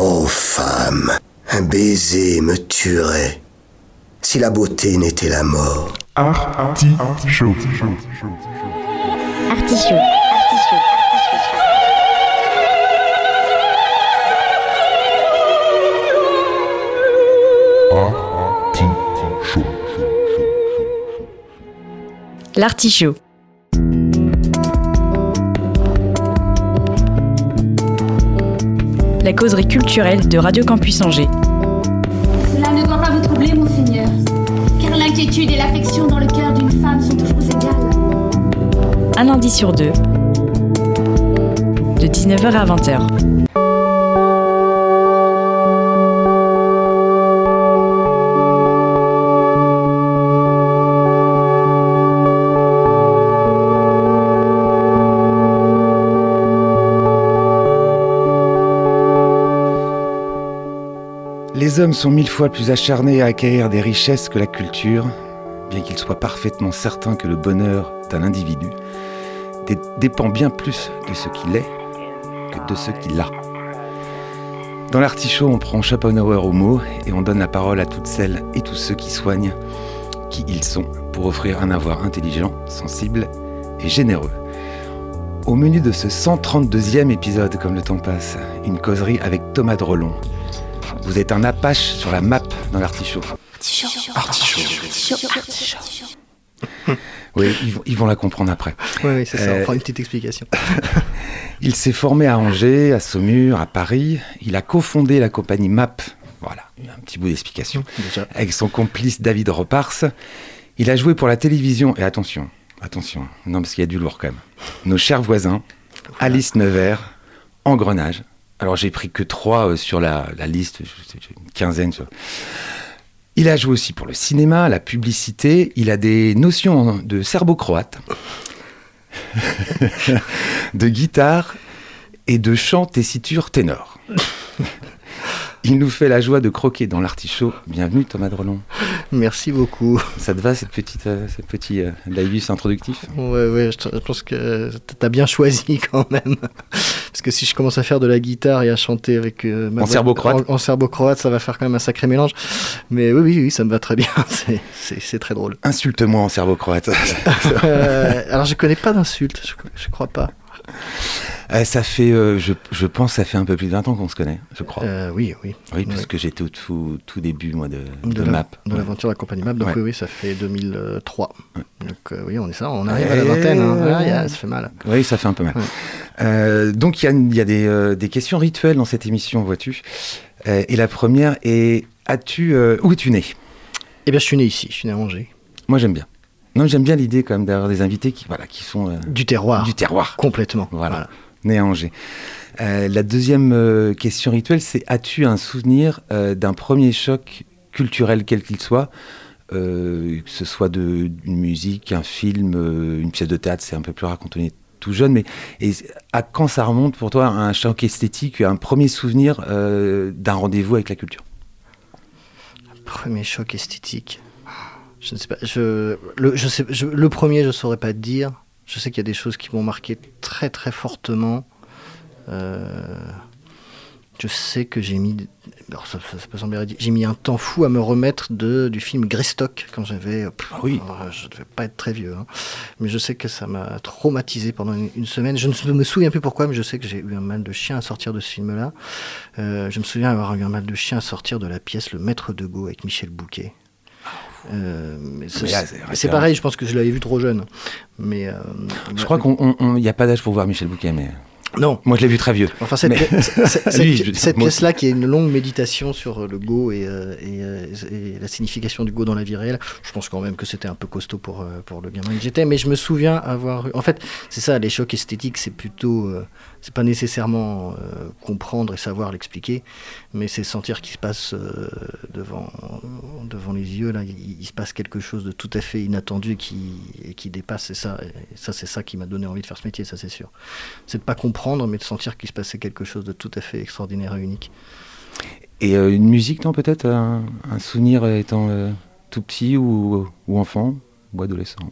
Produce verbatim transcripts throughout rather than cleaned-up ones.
Ô femme, un baiser me tuerait si la beauté n'était la mort. Artichaut. Artichaut. L'artichaut. La causerie culturelle de Radio Campus Angers. Cela ne doit pas vous troubler, monseigneur, car l'inquiétude et l'affection dans le cœur d'une femme sont toujours égales. Un lundi sur deux, de dix-neuf heures à vingt heures. Les hommes sont mille fois plus acharnés à acquérir des richesses que la culture, bien qu'ils soient parfaitement certains que le bonheur d'un individu dé- dépend bien plus de ce qu'il est que de ce qu'il a. Dans l'artichaut, on prend Schopenhauer au mot et on donne la parole à toutes celles et tous ceux qui soignent qui ils sont pour offrir un avoir intelligent, sensible et généreux. Au menu de ce cent trente-deuxième épisode, comme le temps passe, une causerie avec Thomas Drolon. Vous êtes un Apache sur la map dans l'artichaut. Artichaut. Artichaut. Artichaut. Oui, ils vont, ils vont la comprendre après. Oui, oui, c'est ça, Euh, on prend une petite explication. Il s'est formé à Angers, à Saumur, à Paris. Il a cofondé la compagnie M A P. Voilà, un petit bout d'explication. Déjà. Avec son complice David Repars. Il a joué pour la télévision. Et attention, attention, non, parce qu'il y a du lourd quand même. Nos chers voisins, Alice Nevers, Engrenage. Alors j'ai pris que trois euh, sur la, la liste, une quinzaine. Sur... Il a joué aussi pour le cinéma, la publicité. Il a des notions de serbo-croate, de guitare et de chant tessiture ténor. Il nous fait la joie de croquer dans l'artichaut. Bienvenue Thomas Drolon. Merci beaucoup. Ça te va cette petite, euh, cette petit euh, laïus introductif ? Ouais, ouais, je, je pense que t'as bien choisi quand même. Parce que si je commence à faire de la guitare et à chanter avec euh, ma En voix- serbo-croate. en, en serbo-croate, ça va faire quand même un sacré mélange. Mais oui, oui, oui, ça me va très bien. C'est, c'est, c'est très drôle. Insulte-moi en serbo-croate. Euh, alors, je connais pas d'insultes, je, je crois pas. Euh, ça fait, euh, je, je pense, ça fait un peu plus de vingt ans qu'on se connaît, je crois. Euh, oui, oui. oui, parce oui. que j'étais au tout, tout début, moi, de, de, De, M A la, P. de Ouais. l'aventure de la compagnie M A P. Donc Ouais. oui, oui, ça fait deux mille trois. Ouais. Donc euh, oui, on est ça, on arrive à la vingtaine. Hein. Ah, yeah, ça fait mal. Oui, ça fait un peu mal. Ouais. Euh, donc, il y a, il y a des, euh, des questions rituelles dans cette émission, vois-tu. Euh, et la première est, as-tu, euh, où es-tu né ? Eh bien, je suis né ici, je suis né à Angers. Moi, j'aime bien. Non, j'aime bien l'idée quand même d'avoir des invités qui, voilà, qui sont euh, Du terroir. du terroir. Complètement. Voilà. Voilà. Né à Angers. Euh, la deuxième euh, question rituelle, c'est as-tu un souvenir euh, d'un premier choc culturel, quel qu'il soit, euh, que ce soit de, d'une musique, un film, euh, une pièce de théâtre, c'est un peu plus rare quand on est tout jeune, mais et à quand ça remonte pour toi un choc esthétique, un premier souvenir euh, d'un rendez-vous avec la culture ? Premier choc esthétique. Je ne sais pas. Je, le, je sais, je, le premier, je ne saurais pas te dire. Je sais qu'il y a des choses qui m'ont marqué très très fortement. Euh, je sais que j'ai mis, alors ça, ça, ça peut sembler ridicule, j'ai mis un temps fou à me remettre de, du film Greystock quand j'avais, pff, Ah oui. alors, je ne devais pas être très vieux, hein, mais je sais que ça m'a traumatisé pendant une, une semaine. Je ne me souviens plus pourquoi, mais je sais que j'ai eu un mal de chien à sortir de ce film-là. Euh, je me souviens avoir eu un mal de chien à sortir de la pièce Le Maître de Go avec Michel Bouquet. Euh, mais c'est, Mais là, c'est c'est référence. pareil, je pense que je l'avais vu trop jeune. Mais euh, Je crois qu'on n'y a pas d'âge pour voir Michel Bouquet, mais non. moi je l'ai vu très vieux. Enfin, cette, Mais- pi- cette, cette Lui, pi- je- cette moi- pièce-là, qui est une longue méditation sur le go et, euh, et, euh, et la signification du go dans la vie réelle, je pense quand même que c'était un peu costaud pour, euh, pour le gamin que j'étais. Mais je me souviens avoir eu... En fait, c'est ça, les chocs esthétiques, c'est plutôt... Euh, c'est pas nécessairement euh, comprendre et savoir l'expliquer, mais c'est sentir qu'il se passe euh, devant, devant les yeux, là, il, il se passe quelque chose de tout à fait inattendu et qui, et qui dépasse. Et ça, et ça, c'est ça qui m'a donné envie de faire ce métier, ça c'est sûr. C'est de pas comprendre, mais de sentir qu'il se passait quelque chose de tout à fait extraordinaire et unique. Et euh, une musique, non, peut-être un, un souvenir étant euh, tout petit ou, ou enfant ou adolescent ?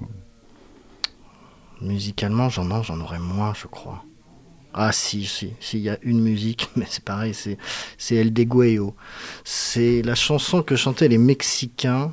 Musicalement, j'en, non, j'en aurais moins, je crois. Ah si, si, si, il y a une musique, mais c'est pareil, c'est, c'est El Degüello. C'est la chanson que chantaient les Mexicains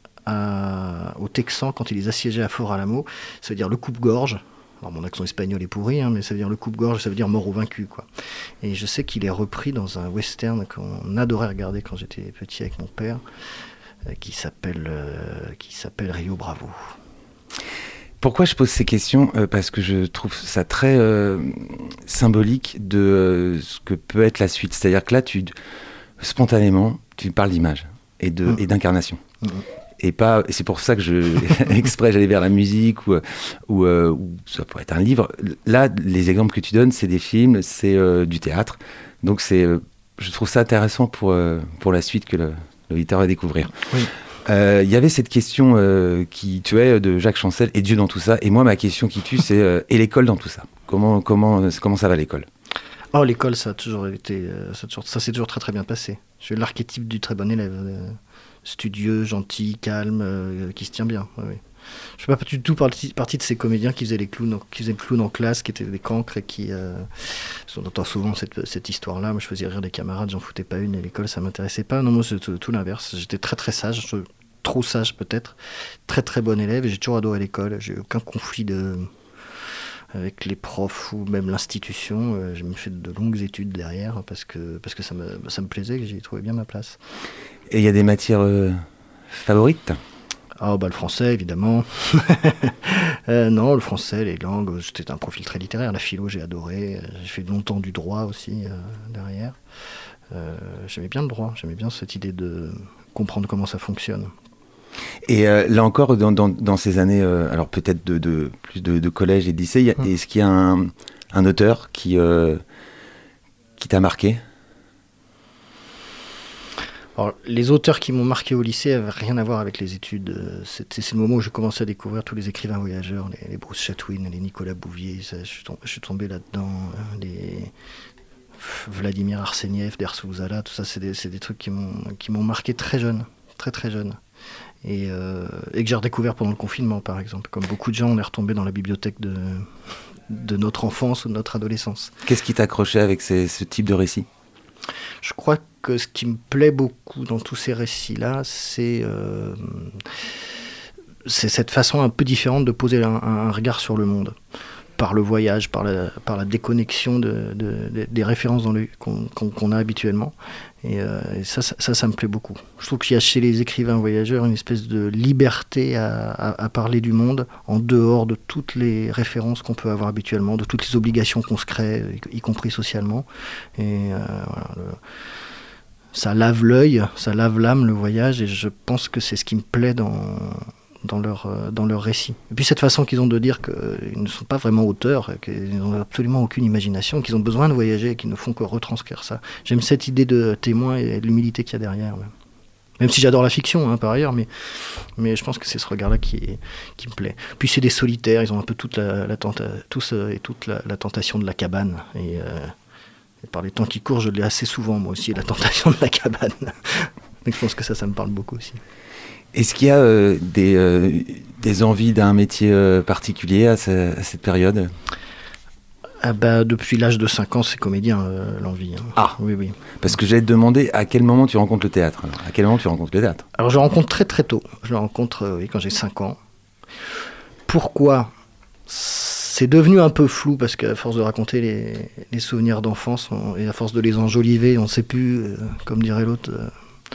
à, aux Texans quand ils les assiégeaient à Fort Alamo. Ça veut dire le coupe-gorge. Alors mon accent espagnol est pourri, hein, mais ça veut dire le coupe-gorge, ça veut dire mort ou vaincu, quoi. Et je sais qu'il est repris dans un western qu'on adorait regarder quand j'étais petit avec mon père, euh, qui s'appelle, euh, qui s'appelle Rio Bravo. Pourquoi je pose ces questions ? euh, Parce que je trouve ça très euh, symbolique de euh, ce que peut être la suite. C'est-à-dire que là, tu, spontanément, tu parles d'image et, de, mmh. et d'incarnation. Mmh. Et, pas, et c'est pour ça que je, exprès, j'allais vers la musique ou, ou, euh, ou ça pourrait être un livre. Là, les exemples que tu donnes, c'est des films, c'est euh, du théâtre. Donc, c'est, euh, je trouve ça intéressant pour, euh, pour la suite que le, l'auditeur va découvrir. Il oui. euh, y avait cette question euh, qui tuait de Jacques Chancel et Dieu dans tout ça. Et moi, ma question qui tue, c'est euh, et l'école dans tout ça ? Comment, comment, comment ça va l'école ? Oh, l'école, ça a toujours été, euh, ça, a toujours, ça s'est toujours très très bien passé. Je suis l'archétype du très bon élève. Euh, studieux, gentil, calme, euh, qui se tient bien. Ouais, ouais. Je ne fais pas du tout partie, partie de ces comédiens qui faisaient les clowns, qui faisaient le clown en classe, qui étaient des cancres et qui... Euh, on entend souvent cette, cette histoire-là. Moi, je faisais rire des camarades, j'en foutais pas une, et l'école, ça m'intéressait pas. Non, moi, c'est tout, tout l'inverse. J'étais très très sage, je, trop sage peut-être, très très bon élève, et j'ai toujours adoré l'école. J'ai eu aucun conflit de... avec les profs ou même l'institution. Euh, j'ai même fait de longues études derrière parce que, parce que ça, me, ça me plaisait, que j'y trouvais bien ma place. Et il y a des matières euh, favorites ? Ah bah le français évidemment. euh, non, le français, les langues, c'était un profil très littéraire. La philo j'ai adoré. J'ai fait longtemps du droit aussi euh, derrière. Euh, j'aimais bien le droit. J'aimais bien cette idée de comprendre comment ça fonctionne. Et euh, là encore, dans, dans, dans ces années, euh, alors peut-être de, de plus de, de collège et de lycée, y a, mmh. est-ce qu'il y a un, un auteur qui euh, qui t'a marqué ? Alors, les auteurs qui m'ont marqué au lycée n'avaient rien à voir avec les études. C'est, c'est le moment où j'ai commencé à découvrir tous les écrivains voyageurs, les, les Bruce Chatwin, les Nicolas Bouvier. Ça, je, suis tombé, je suis tombé là-dedans. Les Vladimir Arseniev, Dersouzala, tout ça, c'est des, c'est des trucs qui m'ont, qui m'ont marqué très jeune, très très jeune. Et, euh, et que j'ai redécouvert pendant le confinement, par exemple. Comme beaucoup de gens, on est retombé dans la bibliothèque de, de notre enfance ou de notre adolescence. Qu'est-ce qui t'accrochait avec ces, ce type de récit ? Je crois que ce qui me plaît beaucoup dans tous ces récits-là, c'est, euh, c'est cette façon un peu différente de poser un, un regard sur le monde. Par le voyage, par la, par la déconnexion de, de, de, des références dans le, qu'on, qu'on, qu'on a habituellement. Et, euh, et ça, ça, ça, ça me plaît beaucoup. Je trouve qu'il y a chez les écrivains voyageurs une espèce de liberté à, à, à parler du monde en dehors de toutes les références qu'on peut avoir habituellement, de toutes les obligations qu'on se crée, y, y compris socialement. Et euh, voilà, le, ça lave l'œil, ça lave l'âme, le voyage, et je pense que c'est ce qui me plaît dans... Dans leur, euh, dans leur récit. Et puis cette façon qu'ils ont de dire qu'ils euh, ne sont pas vraiment auteurs, qu'ils n'ont absolument aucune imagination, qu'ils ont besoin de voyager et qu'ils ne font que retranscrire ça. J'aime cette idée de témoin et de l'humilité qu'il y a derrière. Même, même si j'adore la fiction, hein, par ailleurs, mais, mais je pense que c'est ce regard-là qui, est, qui me plaît. Puis c'est des solitaires, ils ont un peu toute la, la, tenta- tous, euh, et toute la, la tentation de la cabane. Et, euh, et par les temps qui courent, je l'ai assez souvent, moi aussi, la tentation de la cabane. Donc je pense que ça, ça me parle beaucoup aussi. Est-ce qu'il y a euh, des, euh, des envies d'un métier euh, particulier à, ce, à cette période ? Ah bah, depuis l'âge de cinq ans, c'est comédien, euh, l'envie. Hein. Ah oui, oui. Parce que j'allais te demander à quel moment tu rencontres le théâtre. Alors, à quel moment tu rencontres le théâtre ? Alors je le rencontre très très tôt. Je le rencontre euh, oui, quand j'ai cinq ans. Pourquoi ? C'est devenu un peu flou parce qu'à force de raconter les, les souvenirs d'enfance on, et à force de les enjoliver, on ne sait plus, euh, comme dirait l'autre... Euh,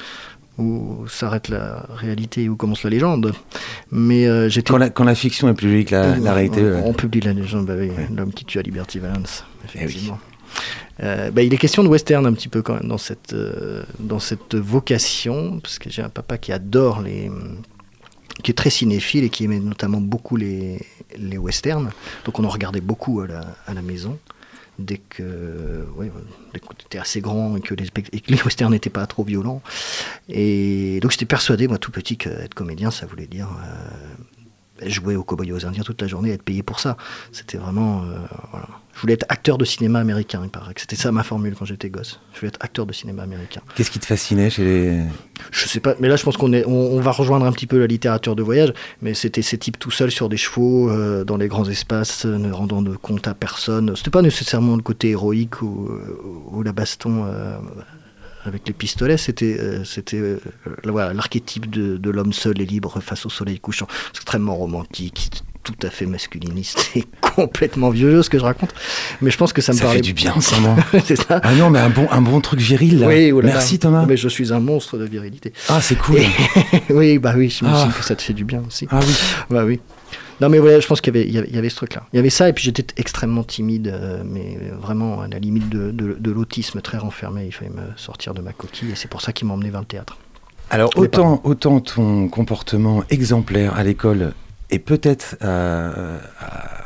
où s'arrête la réalité et où commence la légende. Mais euh, j'étais... Quand la, quand la fiction est plus jolie que la, la réalité... On, ouais. on publie la légende, bah oui, ouais. L'homme qui tue à Liberty Valance, effectivement. Oui. Euh, bah, il est question de western un petit peu quand même dans cette, euh, dans cette vocation, parce que j'ai un papa qui adore les... qui est très cinéphile et qui aimait notamment beaucoup les, les westerns. Donc on en regardait beaucoup à la, à la maison. Dès que, ouais, dès que t'étais assez grand et que, les, et que les westerns n'étaient pas trop violents. Et donc j'étais persuadé, moi tout petit, qu'être comédien, ça voulait dire euh, jouer aux cow-boys et aux indiens toute la journée et être payé pour ça. C'était vraiment... Euh, voilà. Je voulais être acteur de cinéma américain, il paraît que c'était ça ma formule quand j'étais gosse. Je voulais être acteur de cinéma américain. Qu'est-ce qui te fascinait chez les... Je sais pas, mais là je pense qu'on est, on, on va rejoindre un petit peu la littérature de voyage, mais c'était ces types tout seuls sur des chevaux, euh, dans les grands espaces, ne rendant de compte à personne. C'était pas nécessairement le côté héroïque ou, ou la baston... Euh, avec les pistolets, c'était, euh, c'était euh, voilà, l'archétype de, de l'homme seul et libre face au soleil couchant. C'est extrêmement romantique, tout à fait masculiniste et complètement vieux jeu ce que je raconte. Mais je pense que ça me ça parlait... fait du bien, ça, moi. C'est ça. Ah non, mais un bon, un bon truc viril, là. Oui, oh là Merci, là. Thomas. Mais je suis un monstre de virilité. Ah, c'est cool. Et... oui, bah oui, j'imagine Ah. que ça te fait du bien aussi. Ah oui. Bah oui. Non mais voilà, je pense qu'il y avait, il y avait, il y avait ce truc-là. Il y avait ça, et puis j'étais extrêmement timide, euh, mais vraiment à la limite de, de, de l'autisme, très renfermé. Il fallait me sortir de ma coquille, et c'est pour ça qu'il m'a emmené vers le théâtre. Alors, Mais autant, autant ton comportement exemplaire à l'école et peut-être euh, à-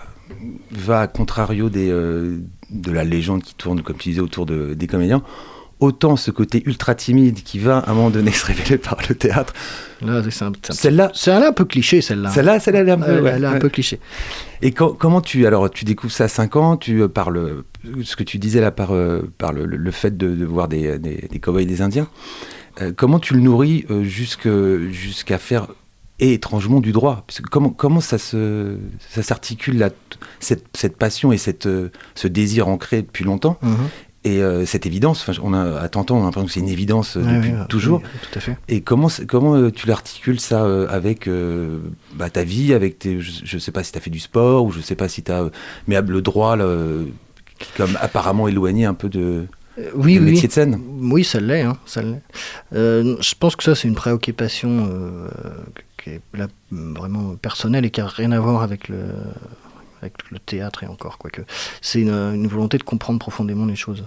va à contrario des, euh, de la légende qui tourne, comme tu disais, autour de, des comédiens, autant ce côté ultra timide qui va à un moment donné se révéler par le théâtre. Là, c'est un, c'est un, Celle-là, c'est un, un peu cliché, celle-là. celle-là, celle-là, elle est un peu, Elle, ouais, elle est un ouais. peu cliché. Et quand- comment tu, alors tu découvres ça à cinq ans, tu euh, par le, ce que tu disais là par, euh, par le, le fait de, de voir des, des, des cow-boys et des indiens, euh, comment tu le nourris euh, jusque, jusqu'à faire et étrangement du droit? Parce que comment, comment ça, se, ça s'articule là, t- cette, cette passion et cette, euh, ce désir ancré depuis longtemps Mhm. et euh, cette évidence, enfin, on a, à t'entendre, on a l'impression que c'est une évidence euh, Ouais, depuis ouais, toujours. oui, tout à fait. Et comment, c'est- comment euh, tu l'articules ça euh, avec euh, bah, ta vie, avec tes, je ne sais pas si tu as fait du sport ou je ne sais pas si tu as... Mais le droit, là, euh, qui est comme apparemment éloigné un peu de, Euh, oui, du oui. métier de scène. Oui, ça l'est. Hein, ça l'est. Euh, je pense que ça, c'est une préoccupation euh, qui est là, vraiment personnelle et qui n'a rien à voir avec le, avec le théâtre et encore, quoique. C'est une, une volonté de comprendre profondément les choses.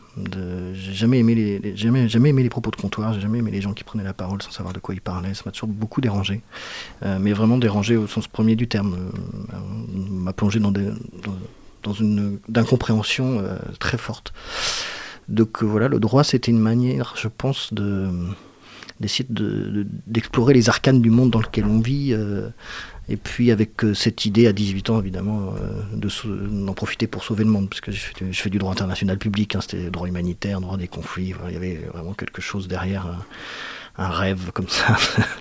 De, j'ai jamais aimé les, les- jamais, jamais aimé les propos de comptoir, j'ai jamais aimé les gens qui prenaient la parole sans savoir de quoi ils parlaient. Ça m'a toujours beaucoup dérangé, Euh, mais vraiment dérangé au sens premier du terme. Euh, m'a plongé dans, des, dans, dans une d'incompréhension euh, très forte. Donc euh, voilà, le droit, c'était une manière, je pense, de d'essayer de, de- d'explorer les arcanes du monde dans lequel on vit. euh, et puis avec euh, cette idée à dix-huit ans, évidemment, euh, de sau- d'en profiter pour sauver le monde, parce que je fais, du- je fais du droit international public, hein, c'était droit humanitaire, droit des conflits, voilà, il y avait vraiment quelque chose derrière, un, un rêve comme ça.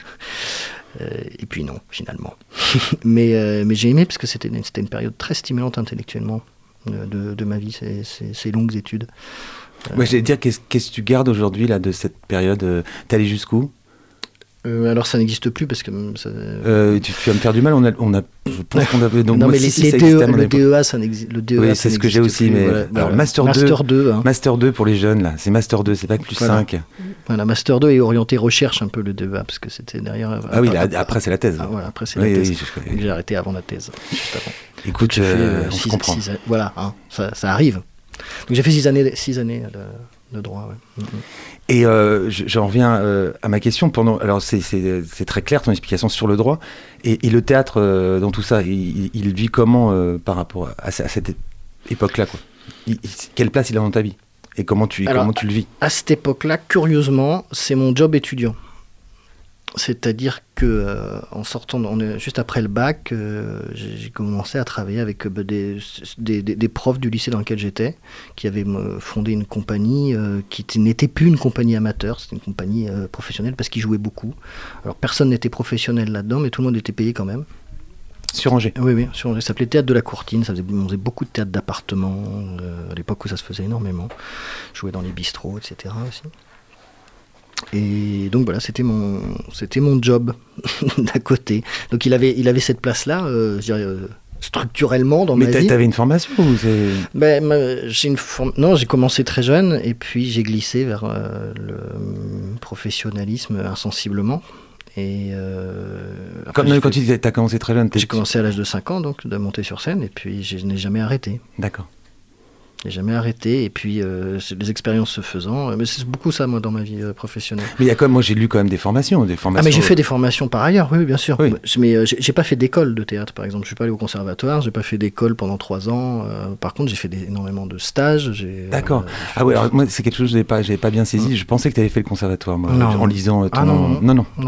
Euh, et puis non, finalement. mais, euh, mais j'ai aimé, parce que c'était une, c'était une période très stimulante intellectuellement euh, de, de ma vie, ces, ces, ces longues études. Euh, Ouais, j'allais dire, qu'est-ce, qu'est-ce que tu gardes aujourd'hui là, de cette période euh, T'es allé jusqu'où euh, alors ça n'existe plus, parce que... hum, ça- euh, tu, tu vas me faire du mal, on a, on a, je pense qu'on avait... Donc non, moi, mais si, les, si, les ça D E- existait à mon le époque. D E A, ça n'existe, le D E A, Oui, ça c'est ce que j'ai n'existe aussi, plus, mais- voilà. alors, Voilà. Master Master deux, hein. Master deux pour les jeunes, là. C'est Master deux, c'est pas plus Voilà. cinq. Voilà, Master deux est orienté recherche un peu, le D E A, parce que c'était derrière... Ah oui, après, là, après c'est la thèse. ah, voilà, après c'est Oui, la oui, thèse. oui, je connais. Donc, j'ai arrêté avant la thèse, juste avant. Écoute, J'ai fait, euh, euh, on se six- comprend. six- voilà, hein, ça, ça arrive. Donc j'ai fait six années, six années de, de droit, ouais. Mhm. Et euh, je- j'en reviens euh, à ma question. Pendant, alors c'est, c'est, c'est très clair ton explication sur le droit et, et le théâtre euh, dans tout ça. Il, il vit comment euh, par rapport à, à cette é- époque-là, quoi. Il- il- quelle place il a dans ta vie et comment tu, Alors, comment tu le vis? À cette époque-là, curieusement, c'est mon job étudiant. C'est-à-dire que euh, en sortant, on est, juste après le bac, euh, j'ai, j'ai commencé à travailler avec euh, bah, des, des, des- des profs du lycée dans lequel j'étais, qui avaient euh, fondé une compagnie euh, qui était- n'était plus une compagnie amateur, c'était une compagnie euh, professionnelle parce qu'ils jouaient beaucoup. Alors personne n'était professionnel là-dedans, mais tout le monde était payé quand même. Sur Angers. Oui, oui, sur- ça s'appelait Théâtre de la Courtine, ça faisait, on faisait beaucoup de théâtre d'appartement, euh, à l'époque où ça se faisait énormément. Je jouais dans les bistrots, et cetera aussi. Et donc voilà, c'était mon, c'était mon job d'à côté. Donc il avait, il avait cette place-là, euh, je dirais, euh, structurellement dans Mais ma t'a- vie. t'avais une formation ou c'est... Ben, ma- j'ai une forme... Non, j'ai commencé très jeune et puis j'ai glissé vers euh, le professionnalisme insensiblement. Et euh, après, Quand, j'ai non, quand fait- tu disais t'as commencé très jeune, t'es... j'ai commencé à l'âge de cinq ans donc de monter sur scène et puis je n'ai jamais arrêté. D'accord. Je n'ai jamais arrêté et puis euh, c'est les expériences se faisant. Mais c'est beaucoup ça moi dans ma vie euh, professionnelle. Mais il y a quand même, moi j'ai lu quand même des formations, des Ah formations. mais j'ai fait des formations par ailleurs, oui, oui, bien sûr. Oui. Mais euh, j'ai j'ai pas fait d'école de théâtre par exemple. Je suis pas allé au conservatoire, j'ai pas fait d'école pendant trois ans. Euh, par contre j'ai fait des- énormément de stages. j'ai, D'accord. euh, j'ai fait- Ah ouais, alors moi c'est quelque chose que j'avais pas, j'avais pas bien saisi. Je pensais que tu avais fait le conservatoire, moi, Non. en lisant euh, ton... Ah non, non. non, non. Non, non.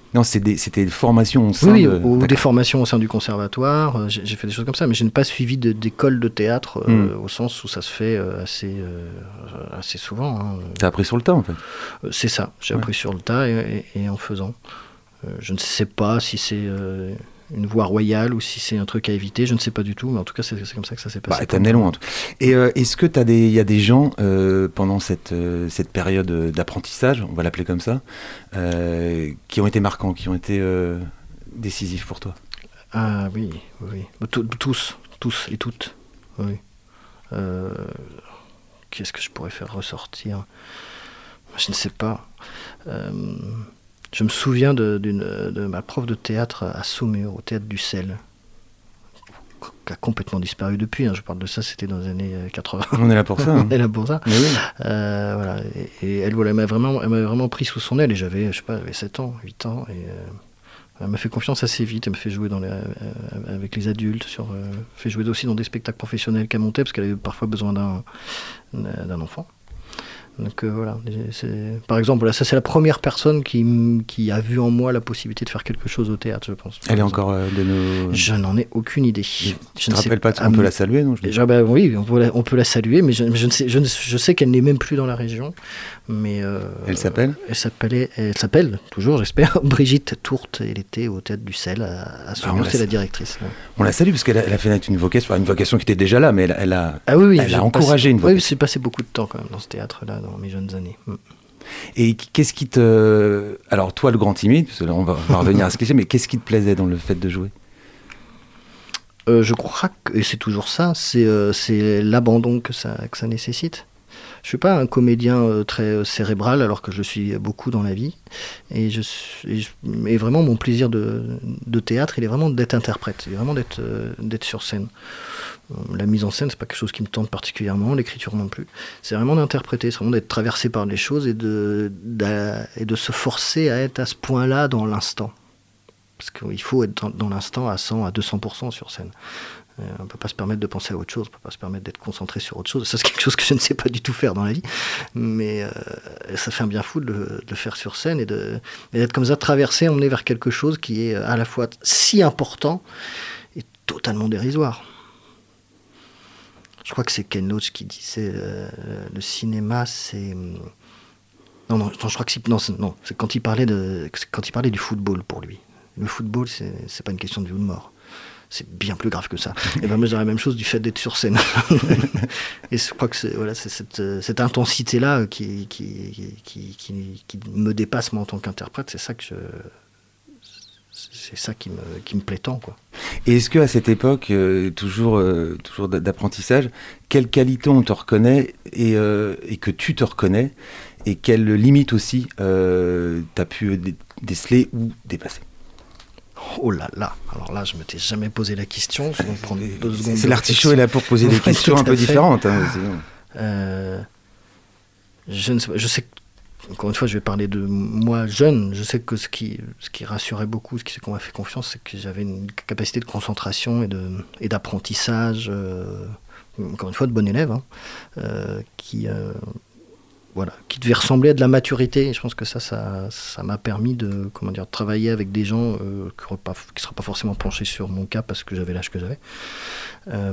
Non, c'est des, c'était des formations au sein Oui, de... ou D'accord. des formations au sein du conservatoire. Euh, J'ai, j'ai fait des choses comme ça, mais je n'ai pas suivi de, d'école de théâtre euh, Mm. au sens où ça se fait euh, assez, euh, assez souvent. Hein. T'as appris sur le tas, en fait. Euh, C'est ça, j'ai Ouais. appris sur le tas et, et- et en faisant. Euh, je ne sais pas si c'est euh, une voie royale ou si c'est un truc à éviter, je ne sais pas du tout, mais en tout cas c'est, c'est comme ça que ça s'est passé. Bah, t'as amené loin. en tout cas. Et euh, est-ce que t'as des, il y a des gens euh, pendant cette euh, cette période euh, d'apprentissage, on va l'appeler comme ça, euh, qui ont été marquants, qui ont été euh, décisifs pour toi? Ah oui, oui, oui. Bah, tous, tous, tous et toutes. Oui. Euh, qu'est-ce que je pourrais faire ressortir? Je ne sais pas. Euh, je me souviens de, d'une, de ma prof de théâtre à Saumur, au théâtre du Sel, qui a complètement disparu depuis. Hein. Je parle de ça, c'était dans les années quatre-vingts. On est là pour ça. Hein. On est là pour ça. Mais oui. Euh, voilà. Et, et elle, voilà, elle, m'a vraiment, elle m'avait vraiment pris sous son aile et j'avais, je sais pas, j'avais sept ans, huit ans. Et, euh, elle m'a fait confiance assez vite. Elle m'a fait jouer dans les, euh, avec les adultes, sur, euh, fait jouer aussi dans des spectacles professionnels qu'elle montait parce qu'elle avait parfois besoin d'un, d'un enfant. Donc euh, voilà, c'est, par exemple, là, ça c'est la première personne qui, m- qui a vu en moi la possibilité de faire quelque chose au théâtre, je pense. Elle est encore euh, de nos... Je n'en ai aucune idée. Je Je te ne sais rappelle pas, pas- on peut la saluer, non? Je dis- Déjà, bah, oui, on peut, la, on peut la saluer, mais je, je, ne sais, je, ne- je sais qu'elle n'est même plus dans la région. Mais, euh, Elle s'appelle elle, s'appelait, elle s'appelle, toujours j'espère, Brigitte Tourte. Elle était au théâtre du Sel à, à Ah, on Saumur, la c'est la salue. directrice. Ouais. On la salue parce qu'elle a, elle a fait naître une vocation, enfin, une vocation qui était déjà là, mais elle, elle a... Ah oui, oui, Elle j'ai a encouragé passé, une Oui, vocation. j'ai passé beaucoup de temps quand même dans ce théâtre-là, dans mes jeunes années. Mm. Et qu'est-ce qui te... Alors toi, le grand timide, parce que là, on va, on va revenir à ce cliché, mais qu'est-ce qui te plaisait dans le fait de jouer? Euh, je crois que, et c'est toujours ça, c'est, euh, c'est l'abandon que ça, que ça nécessite. Je suis pas un comédien euh, très euh, cérébral, alors que je suis beaucoup dans la vie. Et, je, suis- et, je- et vraiment, mon plaisir de, de théâtre, il est vraiment d'être interprète, il est vraiment d'être, euh, d'être sur scène. Euh, La mise en scène, c'est pas quelque chose qui me tente particulièrement, l'écriture non plus. C'est vraiment d'interpréter, c'est vraiment d'être traversé par les choses et de, d'a- et de se forcer à être à ce point-là dans l'instant. Parce qu'il faut être dans, dans l'instant à cent, à deux cents pour cent sur scène. Euh, on ne peut pas se permettre de penser à autre chose, on ne peut pas se permettre d'être concentré sur autre chose. Ça, c'est quelque chose que je ne sais pas du tout faire dans la vie. Mais euh, ça fait un bien fou de le, de le faire sur scène et, de, et d'être comme ça, traversé, emmené vers quelque chose qui est à la fois si important et totalement dérisoire. Je crois que c'est Ken Loach qui disait euh, le cinéma, c'est... Non, non, non, je crois que c'est, non, c'est, non, c'est quand il parlait de, c'est quand il parlait du football pour lui. Le football, c'est, c'est pas une question de vie ou de mort. C'est bien plus grave que ça. Et ben moi, je dirais la même chose du fait d'être sur scène. Et je crois que c'est, voilà, c'est cette, cette intensité-là qui, qui, qui, qui, qui me dépasse moi en tant qu'interprète. C'est ça que je, c'est ça qui me, qui me plaît tant, quoi. Et est-ce qu'à cette époque, euh, toujours, euh, toujours d'a- d'apprentissage, quelles qualités on te reconnaît et, euh, et que tu te reconnais, et quelles limites aussi euh, tu as pu dé- déceler ou dépasser? Oh là là, alors là, je ne m'étais jamais posé la question. Je vais prendre deux secondes. C'est de l'artichaut réflexion. est là pour poser des Ouais, questions tout un à peu fait. différentes. Hein, sinon. Euh, je ne sais pas, je sais que, encore une fois, je vais parler de moi jeune. Je sais que ce qui, ce qui rassurait beaucoup, ce qui qu'on m'a fait confiance, c'est que j'avais une capacité de concentration et, de, et d'apprentissage, euh, encore une fois, de bon élève, hein, euh, qui, euh, voilà, qui devait ressembler à de la maturité. Et je pense que ça, ça, ça m'a permis de, comment dire, de travailler avec des gens euh, qui ne seraient pas forcément penchés sur mon cas parce que j'avais l'âge que j'avais. Euh,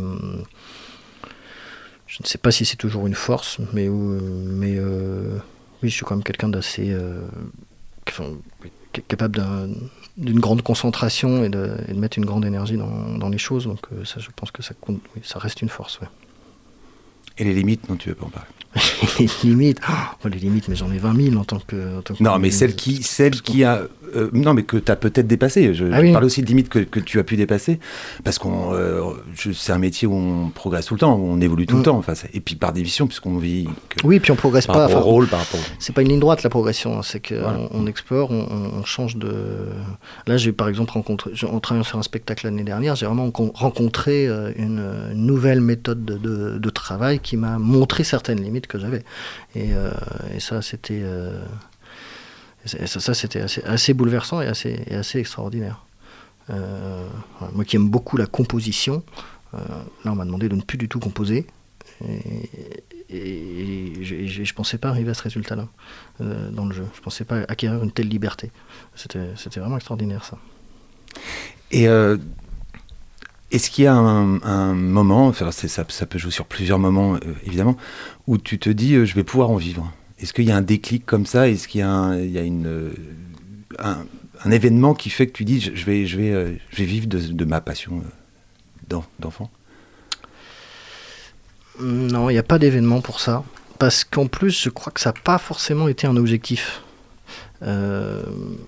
Je ne sais pas si c'est toujours une force, mais, euh, mais euh, oui, je suis quand même quelqu'un d'assez... Euh, enfin, capable d'un, d'une grande concentration et de, et de mettre une grande énergie dans, dans les choses. Donc euh, ça, je pense que ça, compte, oui, ça reste une force. Ouais. Et les limites, non, tu veux pas en parler? Les limites, oh, les limites, mais j'en ai vingt mille en tant que... En tant que Non, mais celle qui, celle qui a... euh, non, mais que tu as peut-être dépassé. Je, Ah je oui. parle aussi de limites que, que tu as pu dépasser, parce qu'on, euh, je- c'est un métier où on progresse tout le temps, où on évolue tout Mm. le temps. Enfin, c'est- et puis par définition, puisqu'on vit que Oui, puis on progresse par pas. rapport enfin, au rôle, par rapport au... C'est pas une ligne droite la progression, hein, c'est qu'on Voilà. on explore, on, on- on change de... Là j'ai par exemple rencontré, j'ai- en travaillant sur un spectacle l'année dernière, j'ai vraiment con- rencontré euh, une, une nouvelle méthode de, de- de travail qui m'a montré certaines limites que j'avais. Et, euh, et ça c'était euh, et ça, ça, c'était assez, assez bouleversant et assez, et assez extraordinaire. Euh, voilà. Moi qui aime beaucoup la composition, euh, là on m'a demandé de ne plus du tout composer. Et, et, et je ne pensais pas arriver à ce résultat-là euh, dans le jeu. Je ne pensais pas acquérir une telle liberté. C'était, c'était vraiment extraordinaire, ça. Et euh, est-ce qu'il y a un, un moment, enfin, c'est, ça, ça peut jouer sur plusieurs moments, euh, évidemment, où tu te dis euh, je vais pouvoir en vivre? Est-ce qu'il y a un déclic comme ça? Est-ce qu'il y a, un, il y a une, euh, un, un événement qui fait que tu dis je vais, je vais, euh, je vais vivre de, de ma passion euh, d'en, d'enfant? Non, il n'y a pas d'événement pour ça. Parce qu'en plus, je crois que ça n'a pas forcément été un objectif. Euh,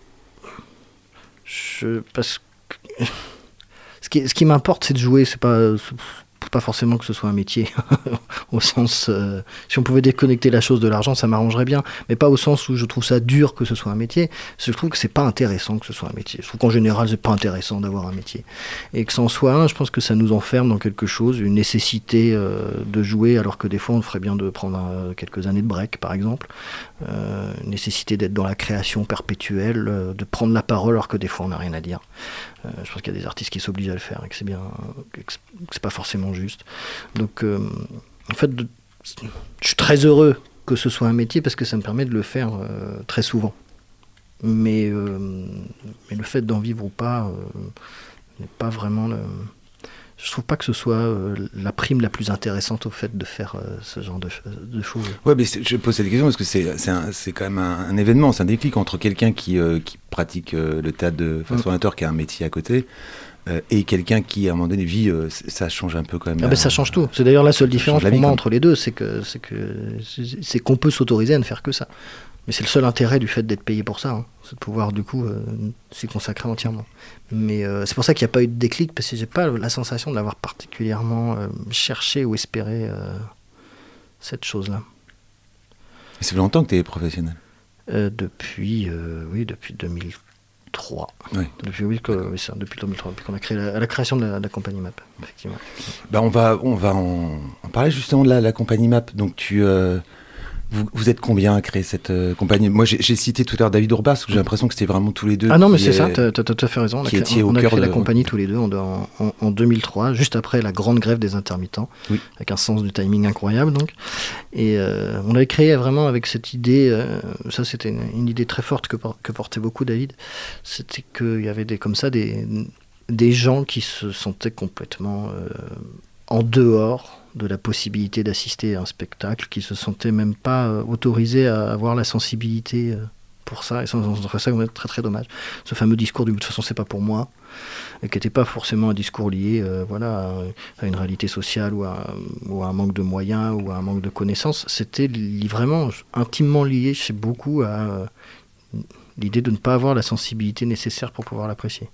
je, parce que, ce qui, ce qui m'importe, c'est de jouer. C'est pas, c'est pas forcément que ce soit un métier. Au sens, euh, si on pouvait déconnecter la chose de l'argent, ça m'arrangerait bien. Mais pas au sens où je trouve ça dur que ce soit un métier. Je trouve que c'est pas intéressant que ce soit un métier. Je trouve qu'en général, c'est pas intéressant d'avoir un métier. Et que c'en soit un, je pense que ça nous enferme dans quelque chose, une nécessité euh, de jouer, alors que des fois, on ferait bien de prendre euh, quelques années de break, par exemple. Euh, une nécessité d'être dans la création perpétuelle, euh, de prendre la parole, alors que des fois, on n'a rien à dire. Euh, je pense qu'il y a des artistes qui s'obligent à le faire et que c'est bien, que c'est pas forcément juste. Donc, euh, en fait, de, je suis très heureux que ce soit un métier parce que ça me permet de le faire euh, très souvent. Mais, euh, mais le fait d'en vivre ou pas euh, n'est pas vraiment le... Je trouve pas que ce soit euh, la prime la plus intéressante au fait de faire euh, ce genre de, de choses. Ouais, mais je pose cette question parce que c'est, c'est, un, c'est quand même un, un événement, c'est un déclic entre quelqu'un qui, euh, qui pratique euh, le théâtre de façon amateur, qui a un métier à côté, euh, et quelqu'un qui, à un moment donné, vit, euh, ça change un peu quand même. Ah ben ça change tout. C'est d'ailleurs la seule différence pour moi vie, entre les deux, c'est, que, c'est, que, c'est, c'est qu'on peut s'autoriser à ne faire que ça. Mais c'est le seul intérêt du fait d'être payé pour ça, hein. C'est de pouvoir du coup euh, s'y consacrer entièrement. Mais euh, c'est pour ça qu'il n'y a pas eu de déclic, parce que j'ai pas la sensation de l'avoir particulièrement euh, cherché ou espéré euh, cette chose-là. Et ça fait longtemps que tu es professionnel? euh, Depuis, euh, oui, depuis deux mille trois. Oui. Depuis, oui, que, oui, ça, depuis deux mille trois, depuis qu'on a créé la, la création de la, de la compagnie M A P, effectivement. Ben on va, on va en, en parler justement de la, la compagnie M A P. Donc tu... Euh... Vous, vous êtes combien à créer cette euh, compagnie? Moi, j'ai, j'ai cité tout à l'heure David Urbas, parce que j'ai l'impression que c'était vraiment tous les deux. Ah non, mais c'est est, ça, t'as, t'as tout à fait raison. On a créé, on, on a créé de... la compagnie tous les deux en, en, en deux mille trois, juste après la grande grève des intermittents, oui. Avec un sens du timing incroyable, donc. Et euh, on avait créé vraiment avec cette idée, euh, ça c'était une, une idée très forte que, que portait beaucoup David, c'était qu'il y avait des, comme ça des, des gens qui se sentaient complètement euh, en dehors de la possibilité d'assister à un spectacle, qui se sentaient même pas euh, autorisés à avoir la sensibilité euh, pour ça, et ça, on trouve ça très très dommage. Ce fameux discours du « de toute façon c'est pas pour moi », et qui n'était pas forcément un discours lié euh, voilà, à, à une réalité sociale ou à, ou à un manque de moyens ou à un manque de connaissances, c'était li- vraiment intimement lié chez beaucoup à euh, l'idée de ne pas avoir la sensibilité nécessaire pour pouvoir l'apprécier.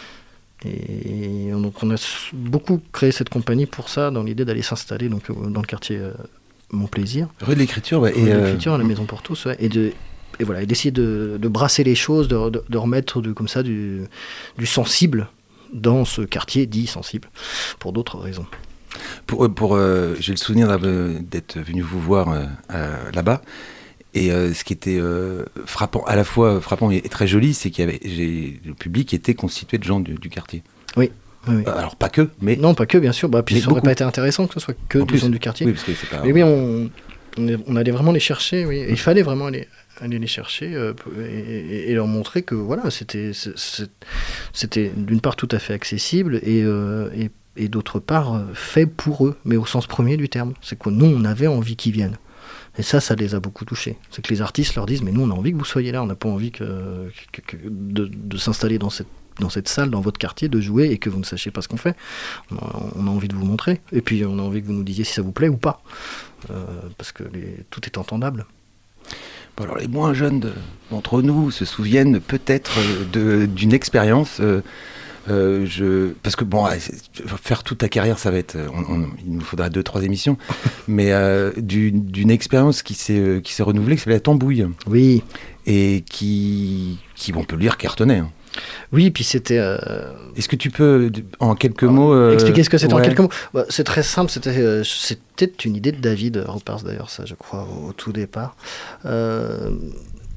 Et donc on a beaucoup créé cette compagnie pour ça, dans l'idée d'aller s'installer donc, dans le quartier euh, Mon Plaisir. Rue de l'Écriture, ouais. Rue et de l'Écriture, euh... à la Maison pour tous, ouais. Et, de, et voilà, et d'essayer de, de brasser les choses, de, de, de remettre du, comme ça du, du sensible dans ce quartier dit sensible, pour d'autres raisons. Pour, pour, euh, j'ai le souvenir d'être venu vous voir euh, euh, là-bas. Et euh, ce qui était euh, frappant, à la fois frappant et très joli, c'est qu'il y avait j'ai, le public était constitué de gens du, du quartier. Oui. oui, oui. Alors pas que, mais non, pas que, bien sûr. Bah, puis mais ça n'aurait beaucoup. pas été intéressant que ce soit que en des plus, gens du quartier. Oui, parce que c'est pas. Mais oui, on, on, on allait vraiment les chercher. Oui, et il fallait vraiment aller, aller les chercher euh, et, et leur montrer que voilà, c'était, c'était d'une part tout à fait accessible et, euh, et, et d'autre part fait pour eux, mais au sens premier du terme. C'est que nous, on avait envie qu'ils viennent. Et ça, ça les a beaucoup touchés. C'est que les artistes leur disent « Mais nous, on a envie que vous soyez là, on n'a pas envie que, que, que de, de s'installer dans cette, dans cette salle, dans votre quartier, de jouer et que vous ne sachiez pas ce qu'on fait. On a, on a envie de vous montrer. Et puis, on a envie que vous nous disiez si ça vous plaît ou pas. Euh, parce que les, tout est entendable. » Bon, alors, les moins jeunes de, d'entre nous se souviennent peut-être de, d'une expérience... Euh, Euh, je... Parce que bon, faire toute ta carrière, ça va être, on, on, il nous faudra deux, trois émissions, mais euh, d'une, d'une expérience qui s'est, qui s'est renouvelée, qui s'appelait la Tambouille. Oui. Et qui, qui on peut le dire, cartonnait. Hein. Oui, puis c'était... Euh... Est-ce que tu peux, en quelques Alors, mots... Euh... Expliquer ce que c'était ouais. en quelques mots bah, c'est très simple, c'était, euh, c'était une idée de David Ruppers, d'ailleurs, ça, je crois, au, au tout départ. Euh...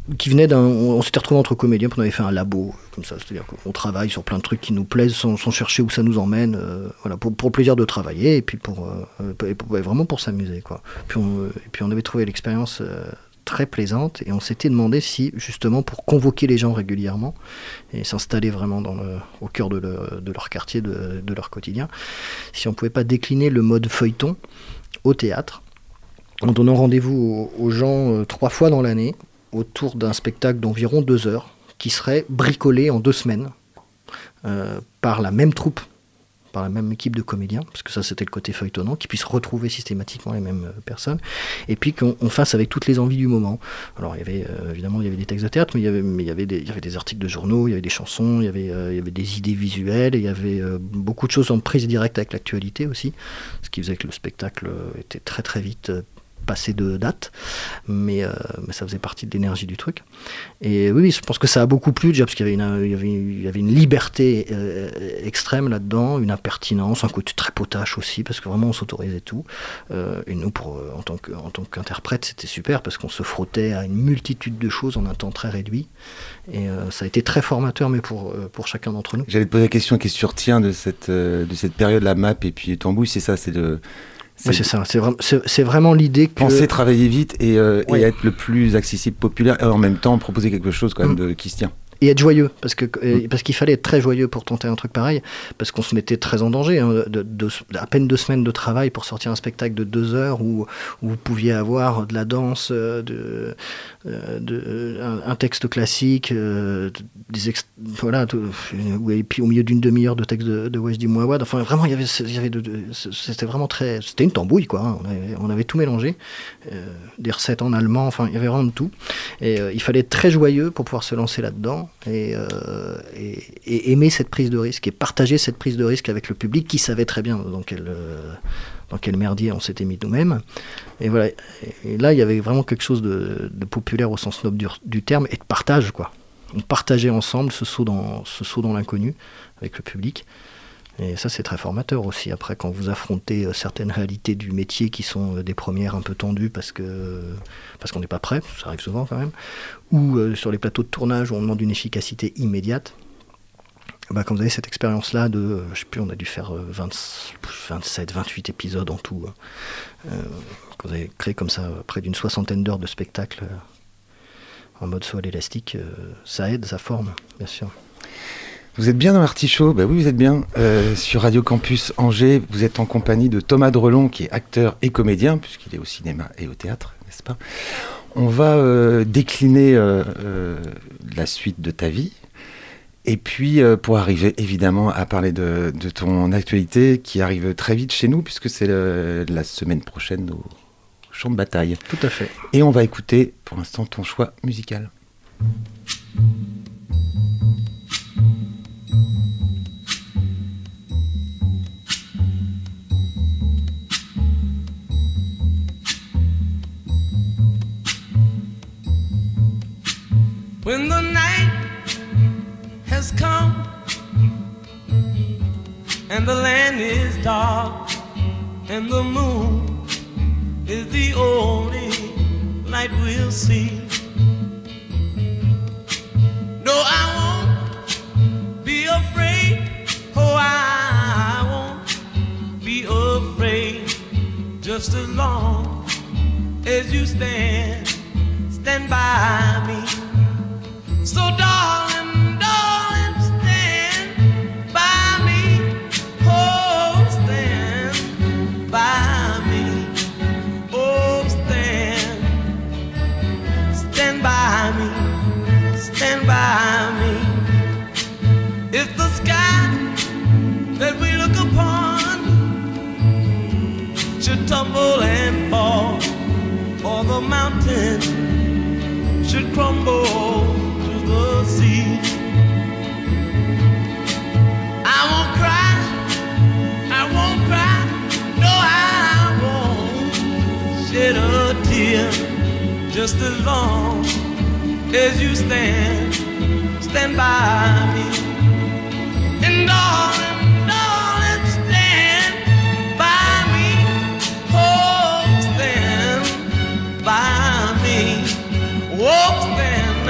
qui venait d'un... On, on s'était retrouvés entre comédiens, puis on avait fait un labo, comme ça, c'est-à-dire qu'on travaille sur plein de trucs qui nous plaisent sans, sans chercher où ça nous emmène, euh, voilà, pour, pour le plaisir de travailler, et puis pour, euh, et pour, ouais, vraiment pour s'amuser, quoi. Puis on, et puis on avait trouvé l'expérience euh, très plaisante, et on s'était demandé si, justement, pour convoquer les gens régulièrement, et s'installer vraiment dans le, au cœur de, le, de leur quartier, de, de leur quotidien, si on pouvait pas décliner le mode feuilleton au théâtre, en donnant rendez-vous aux, aux gens euh, trois fois dans l'année, autour d'un spectacle d'environ deux heures, qui serait bricolé en deux semaines euh, par la même troupe, par la même équipe de comédiens, parce que ça c'était le côté feuilletonnant, qui puissent retrouver systématiquement les mêmes euh, personnes, et puis qu'on on fasse avec toutes les envies du moment. Alors il y avait euh, évidemment il y avait des textes de théâtre, mais il y avait, mais il y avait, des, il y avait des articles de journaux, il y avait des chansons, il y avait, euh, il y avait des idées visuelles, et il y avait euh, beaucoup de choses en prise directe avec l'actualité aussi, ce qui faisait que le spectacle était très très vite euh, passé de date, mais, euh, mais ça faisait partie de l'énergie du truc. Et oui, oui, je pense que ça a beaucoup plu, déjà, parce qu'il y avait une, il y avait, il y avait une liberté euh, extrême là-dedans, une impertinence, un côté très potache aussi, parce que vraiment on s'autorisait tout. Euh, et nous, pour, euh, en tant que, en tant qu'interprète, c'était super, parce qu'on se frottait à une multitude de choses en un temps très réduit. Et euh, ça a été très formateur, mais pour, euh, pour chacun d'entre nous. J'allais te poser la question, qu'est-ce que tu retiens de cette, euh, de cette période, la M A P et puis Tambouille, c'est ça, c'est de... C'est, oui, c'est ça, c'est, vra- c'est, c'est vraiment l'idée que... Penser, travailler vite et, euh, oui. et être le plus accessible, populaire, et en même temps proposer quelque chose quand même de, qui se tient. Et être joyeux, parce, que, mm. parce qu'il fallait être très joyeux pour tenter un truc pareil, parce qu'on se mettait très en danger. Hein, de, de, de, à peine deux semaines de travail pour sortir un spectacle de deux heures où, où vous pouviez avoir de la danse, de, de, un, un texte classique, des ex, voilà, tout, et puis au milieu d'une demi-heure de texte de, de Wajdi Mouawad. Enfin, vraiment, il y avait, il y avait de, de, c'était vraiment très... C'était une tambouille, quoi. Hein, on, avait, on avait tout mélangé. Euh, des recettes en allemand, enfin, il y avait vraiment de tout. Et euh, il fallait être très joyeux pour pouvoir se lancer là-dedans. Et, euh, et, et aimer cette prise de risque et partager cette prise de risque avec le public qui savait très bien dans quel, euh, dans quel merdier on s'était mis nous-mêmes. Et voilà. Et là, il y avait vraiment quelque chose de, de populaire au sens noble du, du terme et de partage, quoi. On partageait ensemble ce saut dans, ce saut dans l'inconnu avec le public. Et ça, c'est très formateur aussi. Après, quand vous affrontez euh, certaines réalités du métier qui sont euh, des premières un peu tendues parce, que, parce qu'on n'est pas prêt, ça arrive souvent quand même, ou euh, sur les plateaux de tournage où on demande une efficacité immédiate, bah, quand vous avez cette expérience-là de, euh, je sais plus, on a dû faire euh, vingt, vingt-sept, vingt-huit épisodes en tout, euh, quand vous avez créé comme ça euh, près d'une soixantaine d'heures de spectacle euh, en mode saut à l'élastique, euh, ça aide, ça forme, bien sûr. Vous êtes bien dans l'Artichaut ? Ben oui, vous êtes bien. Euh, sur Radio Campus Angers, vous êtes en compagnie de Thomas Drelon, qui est acteur et comédien, puisqu'il est au cinéma et au théâtre, n'est-ce pas ? On va euh, décliner euh, euh, la suite de ta vie. Et puis, euh, pour arriver évidemment à parler de, de ton actualité, qui arrive très vite chez nous, puisque c'est le, la semaine prochaine au champ de bataille. Tout à fait. Et on va écouter, pour l'instant, ton choix musical. When the night has come and the land is dark and the moon is the only light we'll see. No, I won't be afraid. Oh, I won't be afraid. Just as long as you stand, stand by me. So darling, darling, stand by me. Oh, stand by me. Oh, stand, stand by me. Stand by me. If the sky that we look upon should tumble and fall, or the mountain should crumble the sea, I won't cry, I won't cry, no, I won't shed a tear. Just as long as you stand, stand by me. And darling, darling, stand by me. Oh, stand by me. Oh, stand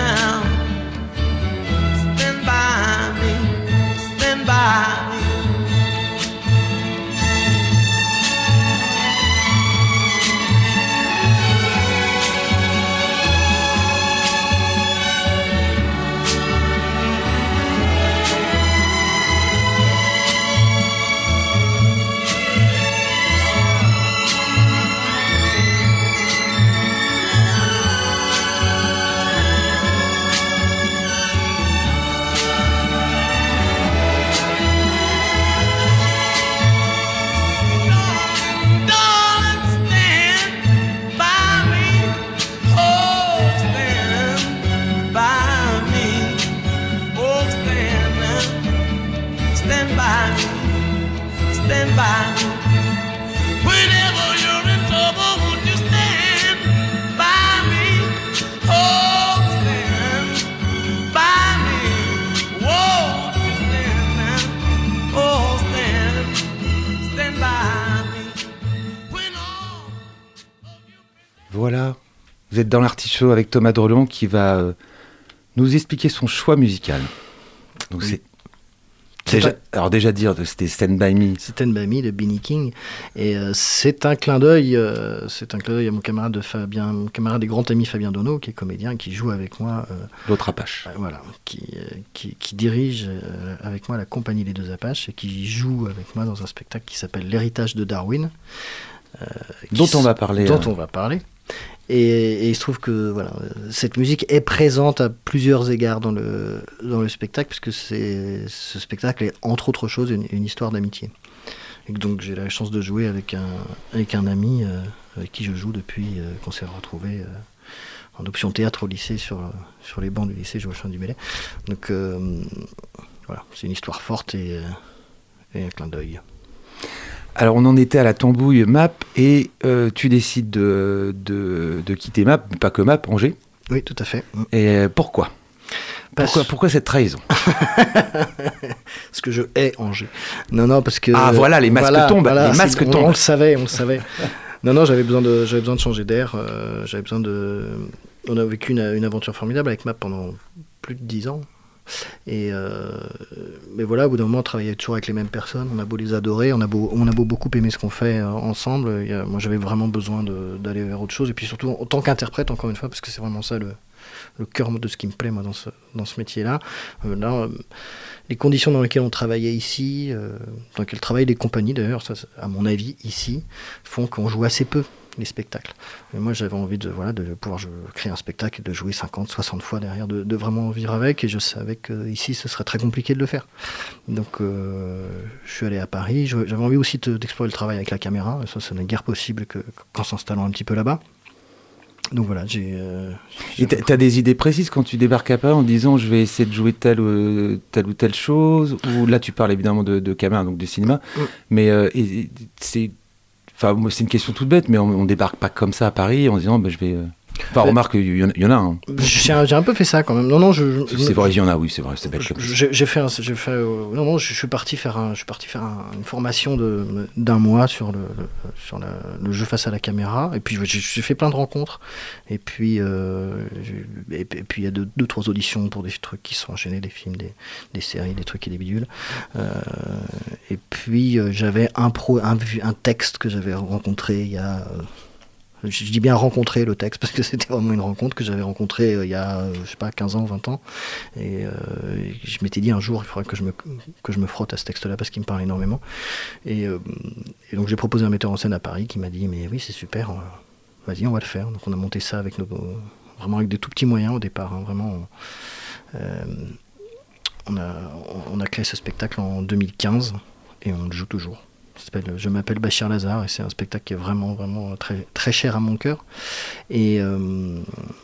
êtes dans l'Artichaut avec Thomas Drelon qui va euh, nous expliquer son choix musical. Donc, oui. c'est... Déjà, alors déjà dire, c'était Stand By Me. Stand By Me de B. King. Et euh, c'est un clin d'œil, euh, c'est un clin d'œil à mon camarade de Fabien, mon camarade et grand ami Fabien Donneau, qui est comédien, qui joue avec moi. Euh, L'autre Apache. Euh, voilà, qui, euh, qui, qui dirige euh, avec moi la compagnie des deux Apaches et qui joue avec moi dans un spectacle qui s'appelle L'héritage de Darwin. Euh, dont on va parler. Dont hein. on va parler. Et, et il se trouve que voilà, cette musique est présente à plusieurs égards dans le, dans le spectacle, puisque c'est, ce spectacle est, entre autres choses, une, une histoire d'amitié. Et donc j'ai la chance de jouer avec un, avec un ami euh, avec qui je joue depuis euh, qu'on s'est retrouvés euh, en option théâtre au lycée, sur, sur les bancs du lycée Joachim du Bellay. Donc euh, voilà, c'est une histoire forte et, euh, et un clin d'œil. Alors on en était à la tambouille M A P et euh, tu décides de, de, de quitter M A P, mais pas que M A P, Angers. Oui, tout à fait. Et pourquoi parce... pourquoi, pourquoi cette trahison? Parce que je hais Angers. Non, non, parce que... Ah voilà, les masques voilà, tombent, voilà, les masques on, tombent. On le savait, on le savait. Non, non, j'avais besoin de, j'avais besoin de changer d'air. Euh, j'avais besoin de... On a vécu une, une aventure formidable avec M A P pendant plus de dix ans. Et euh, mais voilà, au bout d'un moment, on travaillait toujours avec les mêmes personnes, on a beau les adorer, on a beau, on a beau beaucoup aimer ce qu'on fait euh, ensemble. Il y a, moi j'avais vraiment besoin de, d'aller vers autre chose, et puis surtout en, en tant qu'interprète, encore une fois, parce que c'est vraiment ça le, le cœur de ce qui me plaît moi dans ce, dans ce métier-là. Euh, là, euh, les conditions dans lesquelles on travaillait ici, euh, dans lesquelles travaillent les compagnies d'ailleurs, ça, à mon avis ici, font qu'on joue assez peu les spectacles. Et moi j'avais envie de, voilà, de pouvoir je, créer un spectacle et de jouer cinquante, soixante fois derrière, de, de vraiment vivre avec, et je savais qu'ici ce serait très compliqué de le faire. Donc euh, je suis allé à Paris, je, j'avais envie aussi de, d'explorer le travail avec la caméra, et ça ce n'est guère possible que, qu'en s'installant un petit peu là-bas. Donc voilà, j'ai... Euh, j'ai et t'as, t'as des idées précises quand tu débarques à Paris en disant je vais essayer de jouer telle, euh, telle ou telle chose, ou là tu parles évidemment de, de caméra, donc de cinéma, mm. mais euh, et, et, c'est... Enfin, moi, c'est une question toute bête, mais on, on débarque pas comme ça à Paris en disant bah, je vais. Euh... Enfin, remarque, il y, y en a. Hein. J'ai, un, j'ai un peu fait ça quand même. Non, non, je. je c'est vrai, il y en a, oui, c'est vrai, c'est bête. J'ai, j'ai fait, un, j'ai fait. Euh, non, non, je, je suis parti faire, un, je suis parti faire un, une formation de, d'un mois sur le, le sur la, le jeu face à la caméra. Et puis j'ai, j'ai fait plein de rencontres. Et puis, euh, et, et puis il y a deux, deux, trois auditions pour des trucs qui sont enchaînés, des films, des, des séries, des trucs et des bidules. Euh, et puis euh, j'avais un pro, un, un texte que j'avais rencontré il y a. Euh, Je dis bien rencontrer le texte, parce que c'était vraiment une rencontre que j'avais rencontrée euh, il y a, euh, je sais pas, quinze ans, vingt ans. Et, euh, et je m'étais dit un jour, il faudrait que je me, que je me frotte à ce texte-là, parce qu'il me parle énormément. Et, euh, et donc j'ai proposé un metteur en scène à Paris qui m'a dit, mais oui, c'est super, euh, vas-y, on va le faire. Donc on a monté ça avec nos, vraiment avec des tout petits moyens au départ. Hein, vraiment, euh, on, a, on a créé ce spectacle en deux mille quinze, et on le joue toujours. Je m'appelle Bachir Lazare, et c'est un spectacle qui est vraiment, vraiment très, très cher à mon cœur, et, euh,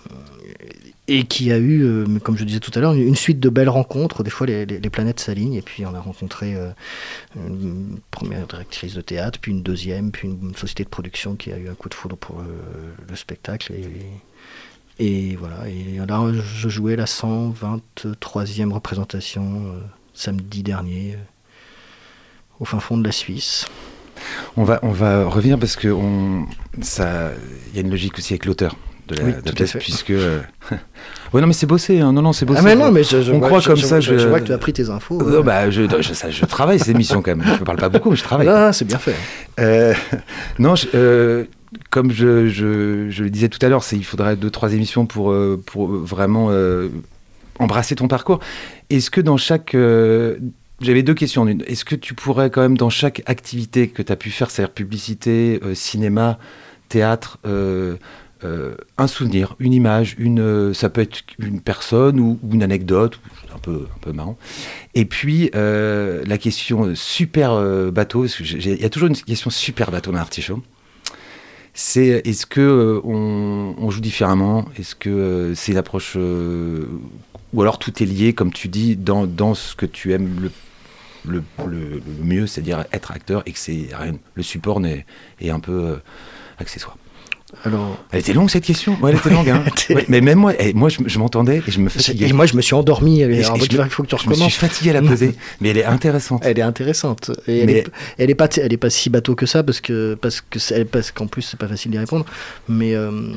et qui a eu, euh, comme je disais tout à l'heure, une suite de belles rencontres. Des fois les, les, les planètes s'alignent, et puis on a rencontré euh, une première directrice de théâtre, puis une deuxième, puis une, une société de production qui a eu un coup de foudre pour le, le spectacle, et, et, et voilà. Et là je jouais la cent vingt-troisième représentation euh, samedi dernier, euh, au fin fond de la Suisse. On va, on va revenir parce que on, ça, il y a une logique aussi avec l'auteur de la, oui, de la pièce, puisque. Euh... ouais, non, mais c'est bossé. Hein. Non, non, c'est bossé. Ah mais non, mais je, je on vois, croit je, comme je, ça. Je, je, je vois que tu as pris tes infos. Non, ouais. bah, je, je, ça, je travaille ces émissions quand même. Je ne parle pas beaucoup, mais je travaille. Ah, c'est bien fait. Euh, non, je, euh, comme je, je, je le disais tout à l'heure, c'est, il faudrait deux, trois émissions pour, euh, pour vraiment euh, embrasser ton parcours. Est-ce que dans chaque euh, J'avais deux questions. Une. Est-ce que tu pourrais quand même, dans chaque activité que tu as pu faire, c'est-à-dire publicité, euh, cinéma, théâtre, euh, euh, un souvenir, une image, une, euh, ça peut être une personne ou, ou une anecdote, un peu, un peu marrant. Et puis, euh, la question super euh, bateau, il y a toujours une question super bateau dans l'Artichaut. C'est, est-ce qu'on euh, on joue différemment? Est-ce que euh, c'est une approche... Euh, ou alors tout est lié, comme tu dis, dans, dans ce que tu aimes le Le, le, le mieux, c'est-à-dire être acteur, et que c'est rien, le support n'est, est un peu euh, accessoire. Alors, elle était longue cette question. Ouais, elle était longue. Hein. Ouais, mais même moi, et moi je, je m'entendais et je me fatiguais. Et moi je me suis endormi. Et alors, et je, il faut que tu recommences. Je me suis fatigué à la poser, mais elle est intéressante. Elle est intéressante. Et mais... elle, est, elle est pas, elle est pas si bateau que ça, parce que parce que c'est, parce qu'en plus c'est pas facile d'y répondre. Mais euh,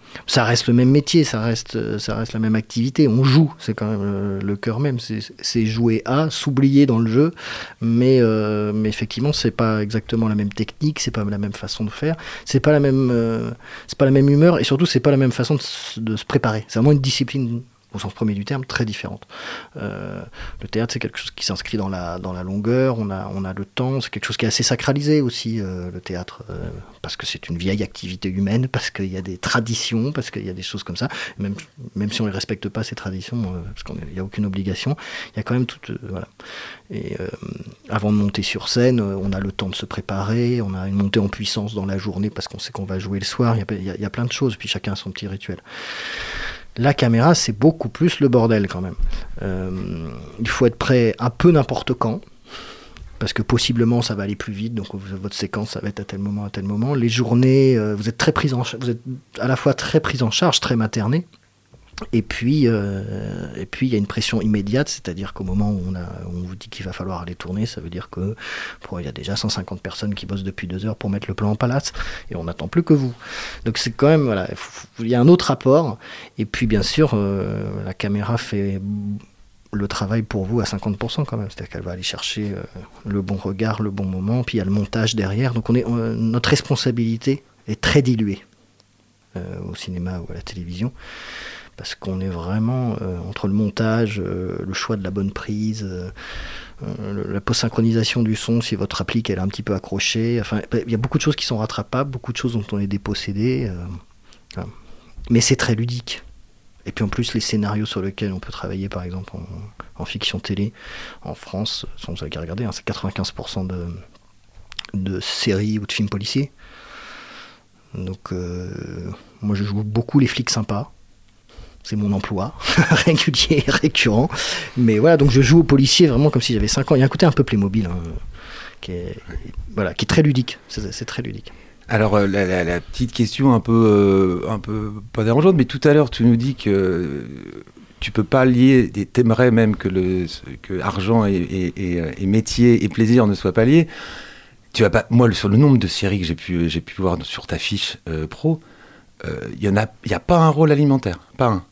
Ça reste le même métier, ça reste, ça reste la même activité. On joue, c'est quand même euh, le cœur même. C'est, c'est jouer à, s'oublier dans le jeu, mais, euh, mais effectivement, c'est pas exactement la même technique, c'est pas la même façon de faire, c'est pas la même, euh, c'est pas la même humeur, et surtout, c'est pas la même façon de, s- de se préparer. C'est vraiment une discipline, au sens premier du terme, très différente. Euh, le théâtre, c'est quelque chose qui s'inscrit dans la, dans la longueur, on a, on a le temps, c'est quelque chose qui est assez sacralisé aussi, euh, le théâtre, euh, parce que c'est une vieille activité humaine, parce qu'il y a des traditions, parce qu'il y a des choses comme ça, même, même si on ne respecte pas ces traditions, euh, parce qu'il n'y a aucune obligation, il y a quand même toute... Euh, voilà. Et euh, avant de monter sur scène, euh, on a le temps de se préparer, on a une montée en puissance dans la journée, parce qu'on sait qu'on va jouer le soir, il y a, il y a, il y a plein de choses, puis chacun a son petit rituel. La caméra, c'est beaucoup plus le bordel quand même. Euh, il faut être prêt un peu n'importe quand, parce que possiblement ça va aller plus vite, donc votre séquence ça va être à tel moment, à tel moment. Les journées, euh, vous êtes très prise en, vous êtes à la fois très prise en charge, très materné. Et puis, euh, et puis il y a une pression immédiate, c'est-à-dire qu'au moment où on, a, où on vous dit qu'il va falloir aller tourner, ça veut dire que bon, il y a déjà cent cinquante personnes qui bossent depuis deux heures pour mettre le plan en place, et on n'attend plus que vous. Donc c'est quand même, voilà, il y a un autre rapport. Et puis bien sûr, euh, la caméra fait le travail pour vous à cinquante pour cent quand même, c'est-à-dire qu'elle va aller chercher euh, le bon regard, le bon moment, puis il y a le montage derrière. Donc on est, on, notre responsabilité est très diluée euh, au cinéma ou à la télévision. Parce qu'on est vraiment euh, entre le montage, euh, le choix de la bonne prise, euh, euh, la post-synchronisation du son, si votre applique elle est un petit peu accrochée. Enfin, il y a beaucoup de choses qui sont rattrapables, beaucoup de choses dont on est dépossédé. Euh, voilà. Mais c'est très ludique. Et puis en plus, les scénarios sur lesquels on peut travailler, par exemple en, en fiction télé, en France, sans vous avez regardé, hein, c'est quatre-vingt-quinze pour cent de, de séries ou de films policiers. Donc, euh, moi je joue beaucoup les flics sympas. C'est mon emploi, régulier, récurrent. Mais voilà, donc je joue au policier vraiment comme si j'avais cinq ans. Il y a un côté un peu Playmobil, hein, qui, est, voilà, qui est très ludique. C'est, c'est très ludique. Alors, la, la, la petite question un peu, euh, un peu pas dérangeante, mais tout à l'heure, tu nous dis que tu peux pas lier, t'aimerais même que, le, que argent et, et, et, et métier et plaisir ne soient pas liés. Tu vas pas, moi, sur le nombre de séries que j'ai pu, j'ai pu voir sur ta fiche euh, pro, il euh, y en a, il y a pas un rôle alimentaire, pas un.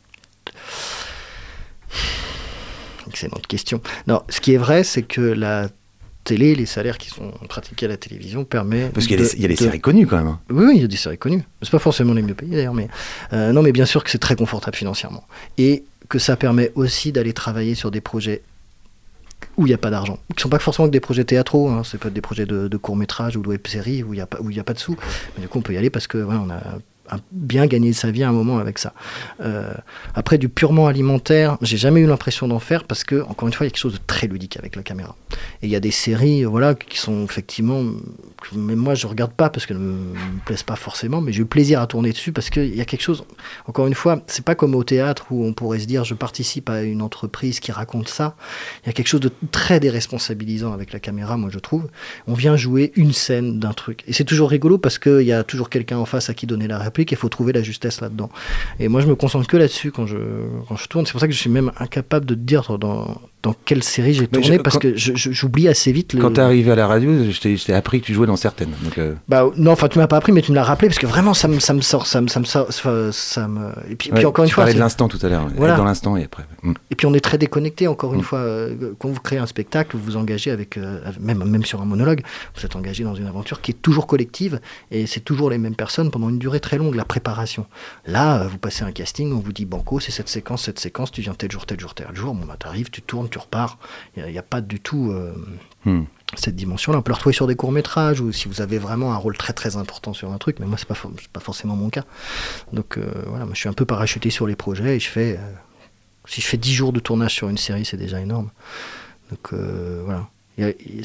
Excellente question. Non, ce qui est vrai, c'est que la télé, les salaires qui sont pratiqués à la télévision permettent... Parce qu'il y a, de, les, il y a les de... séries connues quand même. Hein. Oui, oui, il y a des séries connues. C'est pas forcément les mieux payées d'ailleurs, mais euh, non, mais bien sûr que c'est très confortable financièrement et que ça permet aussi d'aller travailler sur des projets où il n'y a pas d'argent, qui ne sont pas forcément que des projets théâtraux, hein. C'est pas des projets de, de court-métrage ou de web-série où il n'y a pas, où il y a pas de sous. Mais du coup, on peut y aller parce que voilà, on a bien gagné sa vie à un moment avec ça. Euh, après, du purement alimentaire, j'ai jamais eu l'impression d'en faire parce que, encore une fois, il y a quelque chose de très ludique avec la caméra. Et il y a des séries, voilà, qui sont effectivement, même moi je regarde pas parce qu'elles me, me plaisent pas forcément, mais j'ai eu plaisir à tourner dessus parce qu'il y a quelque chose, encore une fois, c'est pas comme au théâtre où on pourrait se dire je participe à une entreprise qui raconte ça. Il y a quelque chose de très déresponsabilisant avec la caméra, moi je trouve. On vient jouer une scène d'un truc. Et c'est toujours rigolo parce qu'il y a toujours quelqu'un en face à qui donner la réponse. Il faut trouver la justesse là-dedans. Et moi, je me concentre que là-dessus quand je, quand je tourne. C'est pour ça que je suis même incapable de te dire dans, dans quelle série j'ai tourné, je, parce quand, que je, je, j'oublie assez vite. Le... Quand t'es arrivé à la radio, je t'ai, je t'ai appris que tu jouais dans certaines. Donc euh... Bah, non, enfin, tu m'as pas appris, mais tu me l'as rappelé, parce que vraiment, ça me, ça me sort, ça me, ça me sort, ça, ça me... Et puis, ouais, puis encore une tu fois... Tu parlais c'est... de l'instant tout à l'heure, voilà. Dans l'instant et après. Mm. Et puis, on est très déconnecté, encore une mm. fois. Euh, quand vous créez un spectacle, vous vous engagez avec, euh, même, même sur un monologue, vous êtes engagé dans une aventure qui est toujours collective, et c'est toujours les mêmes personnes pendant une durée très longue, la préparation. Là, vous passez un casting, on vous dit banco, c'est cette séquence, cette séquence, tu viens tel jour, tel jour, tel jour, bon bah t'arrives, tu tournes, tu repars. Il n'y a, a pas du tout euh, hmm. cette dimension-là. On peut le retrouver sur des courts-métrages ou si vous avez vraiment un rôle très très important sur un truc, mais moi c'est pas, for- c'est pas forcément mon cas. Donc euh, voilà, moi je suis un peu parachuté sur les projets et je fais, euh, si je fais dix jours de tournage sur une série, c'est déjà énorme. Donc euh, voilà, il y a, il,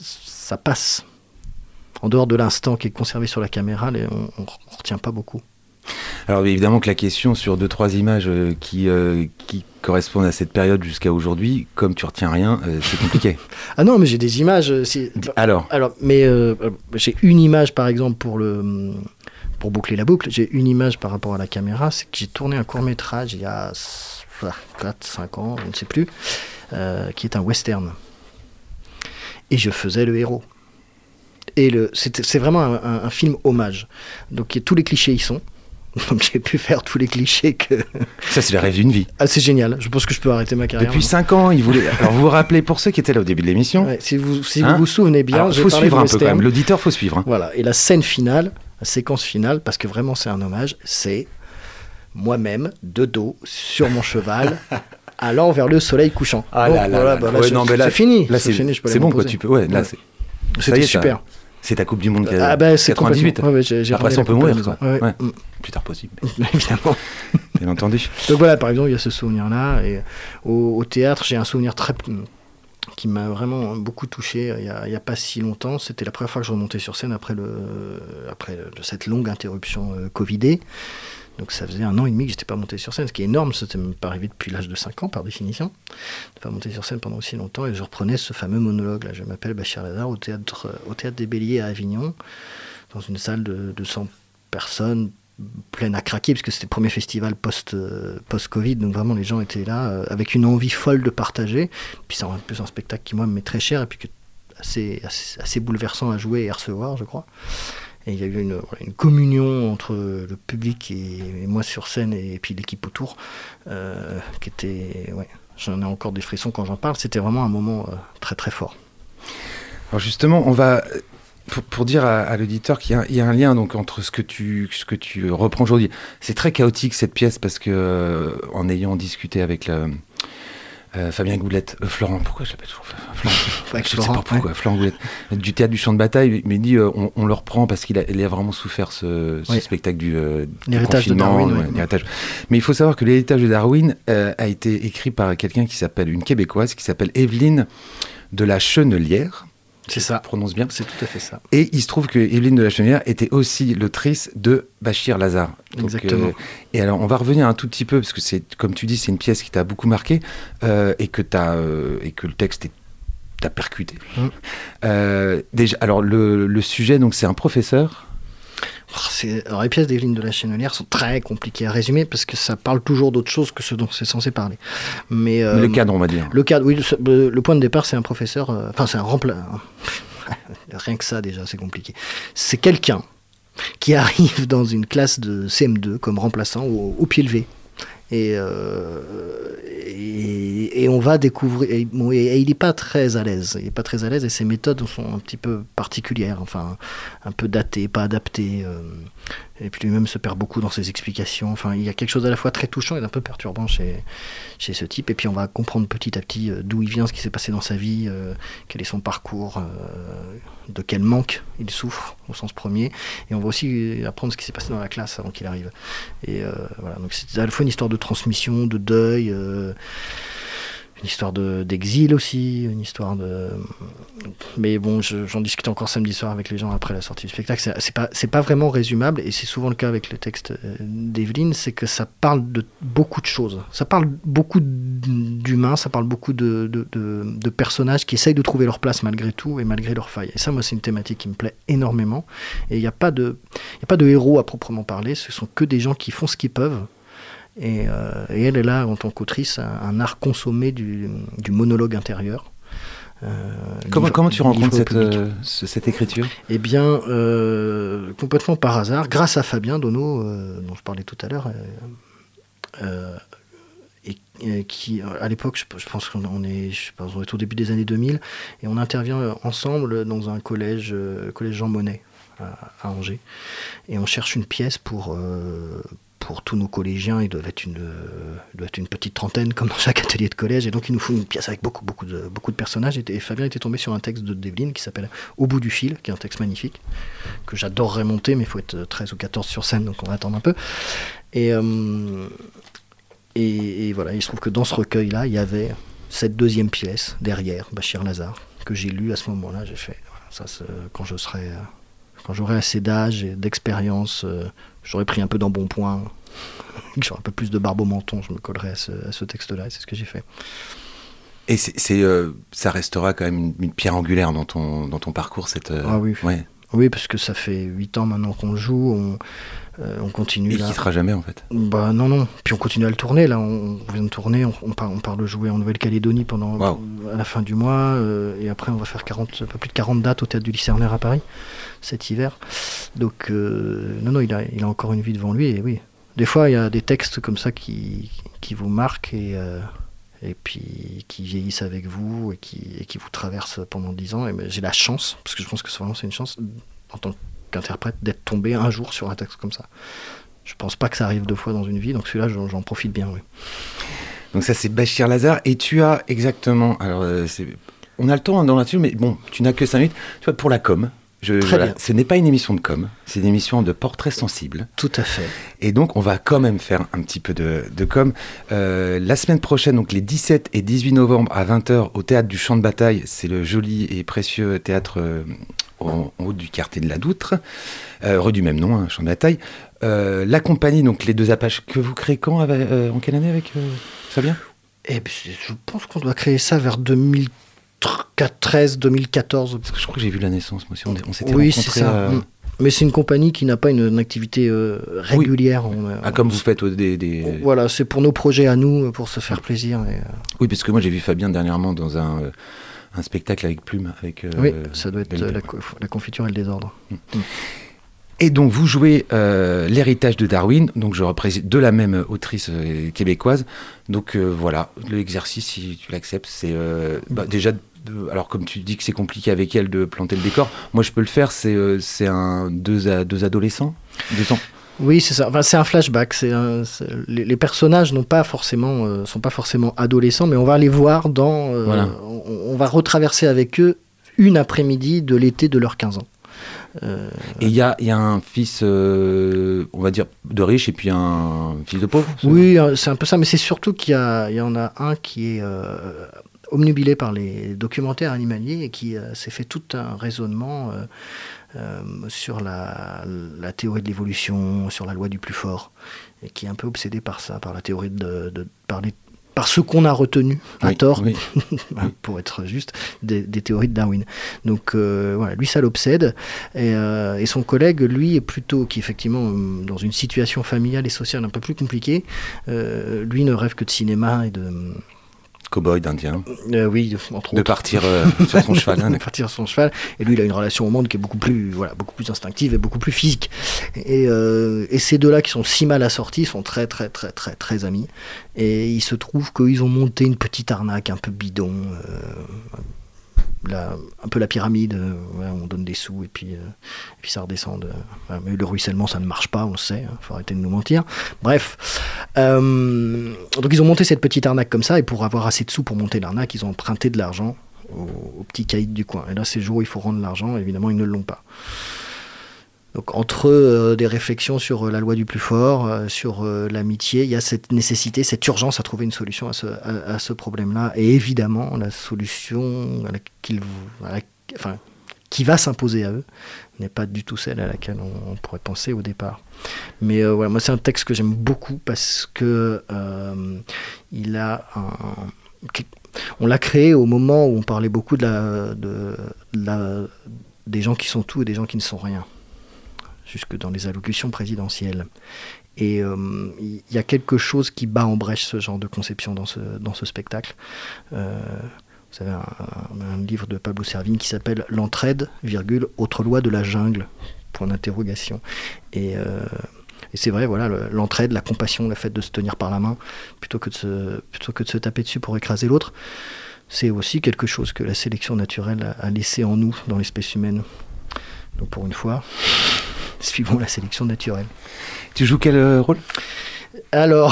ça passe. En dehors de l'instant qui est conservé sur la caméra, les, on ne retient pas beaucoup. Alors évidemment que la question sur deux trois images euh, qui, euh, qui correspondent à cette période jusqu'à aujourd'hui, comme tu retiens rien, euh, c'est compliqué. Ah non, mais j'ai des images. Euh, c'est... Alors, Alors, mais euh, j'ai une image par exemple pour le pour boucler la boucle. J'ai une image par rapport à la caméra, c'est que j'ai tourné un court métrage il y a quatre cinq ans, je ne sais plus, euh, qui est un western. Et je faisais le héros. Et le, c'est, c'est vraiment un, un, un film hommage. Donc tous les clichés y sont. Donc j'ai pu faire tous les clichés que... Ça, c'est le rêve d'une vie. Ah, c'est génial. Je pense que je peux arrêter ma carrière. Depuis cinq ans, il voulait... Alors, vous vous rappelez, pour ceux qui étaient là au début de l'émission... Ouais, si vous si hein vous, vous souvenez bien, il j'ai faut parlé suivre de un peu western. quand même. L'auditeur, faut suivre. Hein. Voilà. Et la scène finale, la séquence finale, parce que vraiment c'est un hommage, c'est moi-même, de dos, sur mon cheval, allant vers le soleil couchant. Ah Donc, là là voilà, là. bah, là, Ouais, je- non, mais là, c'est fini. Là, c'est c'est, fini, je peux c'est aller bon, me quoi. poser. Tu peux... Ouais, là, Ouais. c'est... Ça y C'était est, ça- super. C'est ta Coupe du Monde qui a Ah bah, c'est quatre-vingt-dix-huit. complètement- ouais, ouais, j'ai- j'ai Après ramené ça, on la peut coupe à la mourir, maison. quoi. Ouais, Ouais. mm. Plus tard possible, Évidemment. bien entendu. Donc voilà, par exemple, il y a ce souvenir-là. Et au, au théâtre, j'ai un souvenir très qui m'a vraiment beaucoup touché il n'y a, il y a pas si longtemps. C'était la première fois que je remontais sur scène après, le, après le, cette longue interruption euh, Covidée. Donc ça faisait un an et demi que je n'étais pas monté sur scène, ce qui est énorme, ça n'était même pas arrivé depuis l'âge de cinq ans par définition, de ne pas monter sur scène pendant aussi longtemps, et je reprenais ce fameux monologue, là, je m'appelle Bachir Lazare, au théâtre, au théâtre des Béliers à Avignon, dans une salle de, de cent personnes, pleine à craquer, parce que c'était le premier festival post, euh, post-Covid, donc vraiment les gens étaient là, euh, avec une envie folle de partager, puis c'est un peu un spectacle qui moi me met très cher, et puis que assez, assez, assez bouleversant à jouer et à recevoir, je crois. Et il y a eu une, voilà, une communion entre le public et, et moi sur scène et, et puis l'équipe autour euh, qui était... Ouais, j'en ai encore des frissons quand j'en parle. C'était vraiment un moment euh, très très fort. Alors justement, on va... Pour, pour dire à, à l'auditeur qu'il y a, il y a un lien donc, entre ce que, tu, ce que tu reprends aujourd'hui. C'est très chaotique cette pièce parce que euh, en ayant discuté avec le... Euh, Fabien Goulette, euh, Florent, pourquoi je l'appelle toujours Florent, Avec je ne sais Florent, pas pourquoi, ouais. Florent Goulette, du théâtre du champ de bataille, mais il dit euh, on, on le reprend parce qu'il a, il a vraiment souffert ce, ce Oui. spectacle du, euh, du L'héritage de confinement, Darwin, ouais, oui. l'héritage. Mais il faut savoir que l'héritage de Darwin euh, a été écrit par quelqu'un qui s'appelle, une Québécoise, qui s'appelle Evelyne de la Chenelière. C'est ça. Je prononce bien. C'est tout à fait ça. Et il se trouve que Evelyne de la Chenelière était aussi l'autrice de Bachir Lazare. Donc, Exactement. euh, et alors, on va revenir un tout petit peu, parce que c'est, comme tu dis, c'est une pièce qui t'a beaucoup marqué euh, et, que t'as, euh, et que le texte est, t'a percuté. Mm. Euh, déjà, alors, le, le sujet, donc, c'est un professeur. C'est... Alors, les pièces d'Evelyne de la Chenelière sont très compliquées à résumer parce que ça parle toujours d'autre chose que ce dont c'est censé parler. Mais, euh, Mais le cadre, on va dire. Le cadre, oui, le, le point de départ, c'est un professeur, euh, enfin, c'est un remplaçant. Rien que ça, déjà, c'est compliqué. C'est quelqu'un qui arrive dans une classe de C M deux comme remplaçant au, au pied levé. Et, euh, et, et on va découvrir. Et, bon, et, et il n'est pas très à l'aise. Il n'est pas très à l'aise et ses méthodes sont un petit peu particulières, enfin, un peu datées, pas adaptées. Euh, et puis lui-même se perd beaucoup dans ses explications. Enfin, il y a quelque chose à la fois très touchant et d'un peu perturbant chez, chez ce type. Et puis on va comprendre petit à petit euh, d'où il vient, ce qui s'est passé dans sa vie, euh, quel est son parcours, euh, de quel manque il souffre au sens premier. Et on va aussi apprendre ce qui s'est passé dans la classe avant qu'il arrive. Et euh, voilà, donc c'est à la fois une histoire de transmission, de deuil, euh, une histoire de, d'exil aussi, une histoire de... Mais bon, je, j'en discutais encore samedi soir avec les gens après la sortie du spectacle. C'est, c'est, pas, c'est pas vraiment résumable, et c'est souvent le cas avec le texte d'Evelyne, c'est que ça parle de beaucoup de choses. Ça parle beaucoup d'humains, ça parle beaucoup de, de, de, de personnages qui essayent de trouver leur place malgré tout et malgré leurs failles. Et ça, moi, c'est une thématique qui me plaît énormément. Et il n'y a pas de, il y a pas de héros à proprement parler, ce sont que des gens qui font ce qu'ils peuvent. Et, euh, et elle est là, en tant qu'autrice, un, un art consommé du, du monologue intérieur. Euh, Comment, livre, comment tu rencontres cette, public. euh, ce, cette écriture ? Eh bien, euh, complètement par hasard, grâce à Fabien Donneau, euh, dont je parlais tout à l'heure, euh, euh, et, et qui, à l'époque, je, je pense qu'on est, je sais pas, on est au début des années deux mille, et on intervient ensemble dans un collège, euh, collège Jean Monnet, à, à Angers, et on cherche une pièce pour... Euh, pour tous nos collégiens, il doit être une, euh, doit être une petite trentaine, comme dans chaque atelier de collège, et donc il nous faut une pièce avec beaucoup, beaucoup, de, beaucoup de personnages, et, et Fabien était tombé sur un texte de d'Evelyne qui s'appelle « Au bout du fil », qui est un texte magnifique, que j'adorerais monter, mais il faut être treize ou quatorze sur scène, donc on va attendre un peu. Et, euh, et, et voilà, il se trouve que dans ce recueil-là, il y avait cette deuxième pièce, derrière, Bachir Lazare, que j'ai lu à ce moment-là, j'ai fait, voilà, ça, c'est, quand je serai... Quand j'aurai assez d'âge et d'expérience, euh, j'aurai pris un peu d'embonpoint, j'aurai un peu plus de barbe au menton, je me collerai à ce, à ce texte-là, et c'est ce que j'ai fait. Et c'est, c'est, euh, ça restera quand même une, une pierre angulaire dans ton, dans ton parcours, cette... Euh, ah oui, ouais. Oui, parce que ça fait huit ans maintenant qu'on le joue, on, euh, on continue. Il là. ne quittera jamais en fait. Bah non, non. Puis on continue à le tourner, là, on, on vient de tourner, on, on, part, on part le jouer en Nouvelle-Calédonie pendant, wow. à la fin du mois, euh, et après on va faire quarante, un peu plus de quarante dates au Théâtre du Lycernaire à Paris, cet hiver. Donc, euh, non, non, il a, il a encore une vie devant lui, et oui. Des fois, il y a des textes comme ça qui, qui vous marquent, et... Euh, et puis qui vieillissent avec vous et qui, et qui vous traversent pendant dix ans. Et j'ai la chance, parce que je pense que c'est vraiment c'est une chance, en tant qu'interprète, d'être tombé un jour sur un texte comme ça. Je pense pas que ça arrive deux fois dans une vie, donc celui-là, j'en, j'en profite bien, oui. Donc ça, c'est Bachir Lazare, et tu as exactement... Alors, euh, c'est, on a le temps hein, dans là-dessus, mais bon, tu n'as que cinq minutes. Tu vois, pour la com', Je, Très voilà, bien. ce n'est pas une émission de com, c'est une émission de portrait sensible. Tout à fait. Et donc, on va quand même faire un petit peu de, de com. Euh, la semaine prochaine, donc les dix-sept et dix-huit novembre à vingt heures, au Théâtre du Champ de Bataille, c'est le joli et précieux théâtre euh, en, en haut du quartier de la Doutre, euh, rue du même nom, hein, Champ de Bataille. Euh, la compagnie, donc les deux Apaches, que vous créez quand, avec, euh, en quelle année avec euh, Fabien ? Et puis, je pense qu'on doit créer ça vers deux mille treize deux mille quatorze. Parce que je crois que j'ai vu la naissance, moi aussi. On, on s'était Oui, rencontrés. c'est ça. Euh... Mais c'est une compagnie qui n'a pas une, une activité euh, régulière. Oui. On, ah, comme vous faites euh, des, des... Voilà, c'est pour nos projets à nous, pour se faire plaisir. Et, euh... Oui, parce que moi j'ai vu Fabien dernièrement dans un, euh, un spectacle avec Plume. Avec, euh, oui, ça doit être euh, la, la confiture et le désordre. Mmh. Mmh. Et donc vous jouez euh, L'héritage de Darwin, donc je représente de la même autrice euh, québécoise. Donc euh, voilà, l'exercice, si tu l'acceptes, c'est euh, bah, déjà... De, alors comme tu dis que c'est compliqué avec elle de planter le décor, moi je peux le faire, c'est, euh, c'est un, deux, a, deux adolescents, deux ans. Oui, c'est ça. Enfin, c'est un flashback. C'est un, c'est, les, les personnages n'ont pas forcément, euh, sont pas forcément adolescents, mais on va les voir dans... Euh, voilà. on, on va retraverser avec eux une après-midi de l'été de leurs quinze ans. Euh... Et il y a, y a un fils, euh, on va dire, de riche et puis un fils de pauvre. C'est oui, ça c'est un peu ça, mais c'est surtout qu'il y, a, il y en a un qui est... Euh, omnubilé par les documentaires animaliers et qui euh, s'est fait tout un raisonnement euh, euh, sur la, la théorie de l'évolution, sur la loi du plus fort, et qui est un peu obsédé par ça, par la théorie de, de par, les, par ce qu'on a retenu à oui, tort, oui. pour être juste, des, des théories de Darwin. Donc euh, voilà, lui ça l'obsède, et, euh, et son collègue, lui, est plutôt, qui effectivement, dans une situation familiale et sociale un peu plus compliquée, euh, lui ne rêve que de cinéma et de... Cow-boy d'Indien. Euh, oui, entre de autres. partir euh, sur son cheval. Hein, de partir sur son cheval. Et lui, il a une relation au monde qui est beaucoup plus, voilà, beaucoup plus instinctive et beaucoup plus physique. Et, euh, et ces deux-là, qui sont si mal assortis, sont très, très, très, très, très amis. Et il se trouve qu'ils ont monté une petite arnaque un peu bidon. Euh, la, un peu la pyramide, euh, ouais, on donne des sous et puis, euh, et puis ça redescend. De, ouais, mais le ruissellement, ça ne marche pas, on le sait, il hein, faut arrêter de nous mentir. Bref, euh, donc ils ont monté cette petite arnaque comme ça, et pour avoir assez de sous pour monter l'arnaque, ils ont emprunté de l'argent aux, aux petits caïds du coin. Et là, c'est le jour où il faut rendre l'argent, évidemment, ils ne l'ont pas. Donc entre euh, des réflexions sur euh, la loi du plus fort, euh, sur euh, l'amitié, il y a cette nécessité, cette urgence à trouver une solution à ce, à, à ce problème-là. Et évidemment, la solution à la, qu'il, à la, enfin, qui va s'imposer à eux n'est pas du tout celle à laquelle on, on pourrait penser au départ. Mais euh, ouais, moi, c'est un texte que j'aime beaucoup parce que euh, il a un... On l'a créé au moment où on parlait beaucoup de la, de, de la, des gens qui sont tout et des gens qui ne sont rien, jusque dans les allocutions présidentielles. Et il euh, y a quelque chose qui bat en brèche ce genre de conception dans ce, dans ce spectacle. Euh, vous savez, un, un, un livre de Pablo Servigne qui s'appelle « L'entraide, virgule, autre loi de la jungle », point d'interrogation. Et, euh, et c'est vrai, voilà, le, l'entraide, la compassion, le fait de se tenir par la main, plutôt que de se, plutôt que de se taper dessus pour écraser l'autre, c'est aussi quelque chose que la sélection naturelle a, a laissé en nous, dans l'espèce humaine. Donc pour une fois... suivons la sélection naturelle. Tu joues quel euh, rôle ? Alors,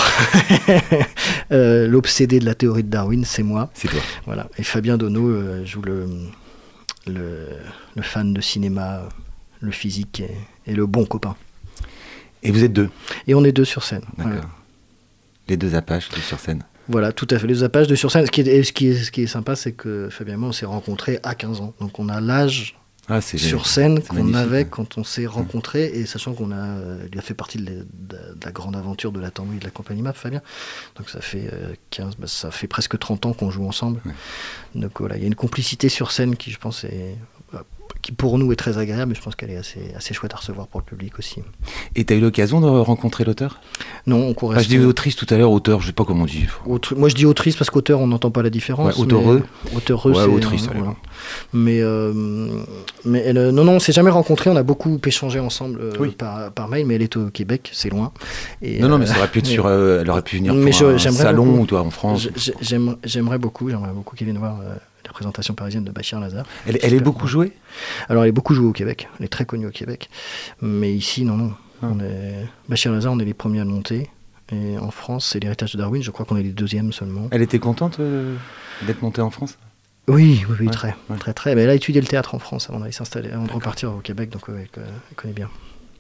euh, l'obsédé de la théorie de Darwin, c'est moi. C'est toi. Voilà. Et Fabien Donneau euh, joue le, le, le fan de cinéma, le physique et, et le bon copain. Et vous êtes deux ? Et on est deux sur scène. D'accord. Ouais. Les deux Apaches deux sur scène. Voilà, tout à fait. Les Apaches deux sur scène. Ce qui est, ce qui est, ce qui est sympa, c'est que Fabien et moi, on s'est rencontrés à quinze ans. Donc on a l'âge... Ah, c'est sur scène c'est qu'on avait ouais. quand on s'est rencontrés, et sachant qu'on a, euh, il a fait partie de la, de, de la grande aventure de la Tambouille et de la compagnie M A P, Fabien. Donc ça fait euh, quinze, bah, ça fait presque trente ans qu'on joue ensemble. Ouais. Donc voilà, il y a une complicité sur scène qui, je pense, est, qui pour nous est très agréable, mais je pense qu'elle est assez, assez chouette à recevoir pour le public aussi. Et tu as eu l'occasion de rencontrer l'auteur ? Non, on court. Bah, je dis autrice tout à l'heure, auteur, je sais pas comment on dit. Autre... Moi je dis autrice parce qu'auteur on n'entend pas la différence. Ouais, auteureux. Mais... Auteureux, ouais, c'est... autrice, euh, voilà. Mais, euh, mais elle, non, non, on s'est jamais rencontrés, on a beaucoup échangé ensemble euh, oui. par, par mail, mais elle est au Québec, c'est loin. Et, non, non, euh, mais ça aurait pu être mais... sur, euh, elle aurait pu venir mais pour je, un salon beaucoup. ou toi en France. Je, j'aimerais, j'aimerais beaucoup, j'aimerais beaucoup qu'elle vienne voir euh, la présentation parisienne de Bachir Lazare. Elle, elle est beaucoup jouée ? Alors elle est beaucoup jouée au Québec, elle est très connue au Québec, mais ici, non, non. Ah. On est... Bachir Lazare, on est les premiers à le monter. Et en France, c'est l'héritage de Darwin, je crois qu'on est les deuxièmes seulement. Elle était contente euh, d'être montée en France ? Oui, oui, oui, ouais, très, ouais. très, très. Mais elle a étudié le théâtre en France avant d'aller s'installer, avant de repartir au Québec, donc ouais, elle, elle connaît bien.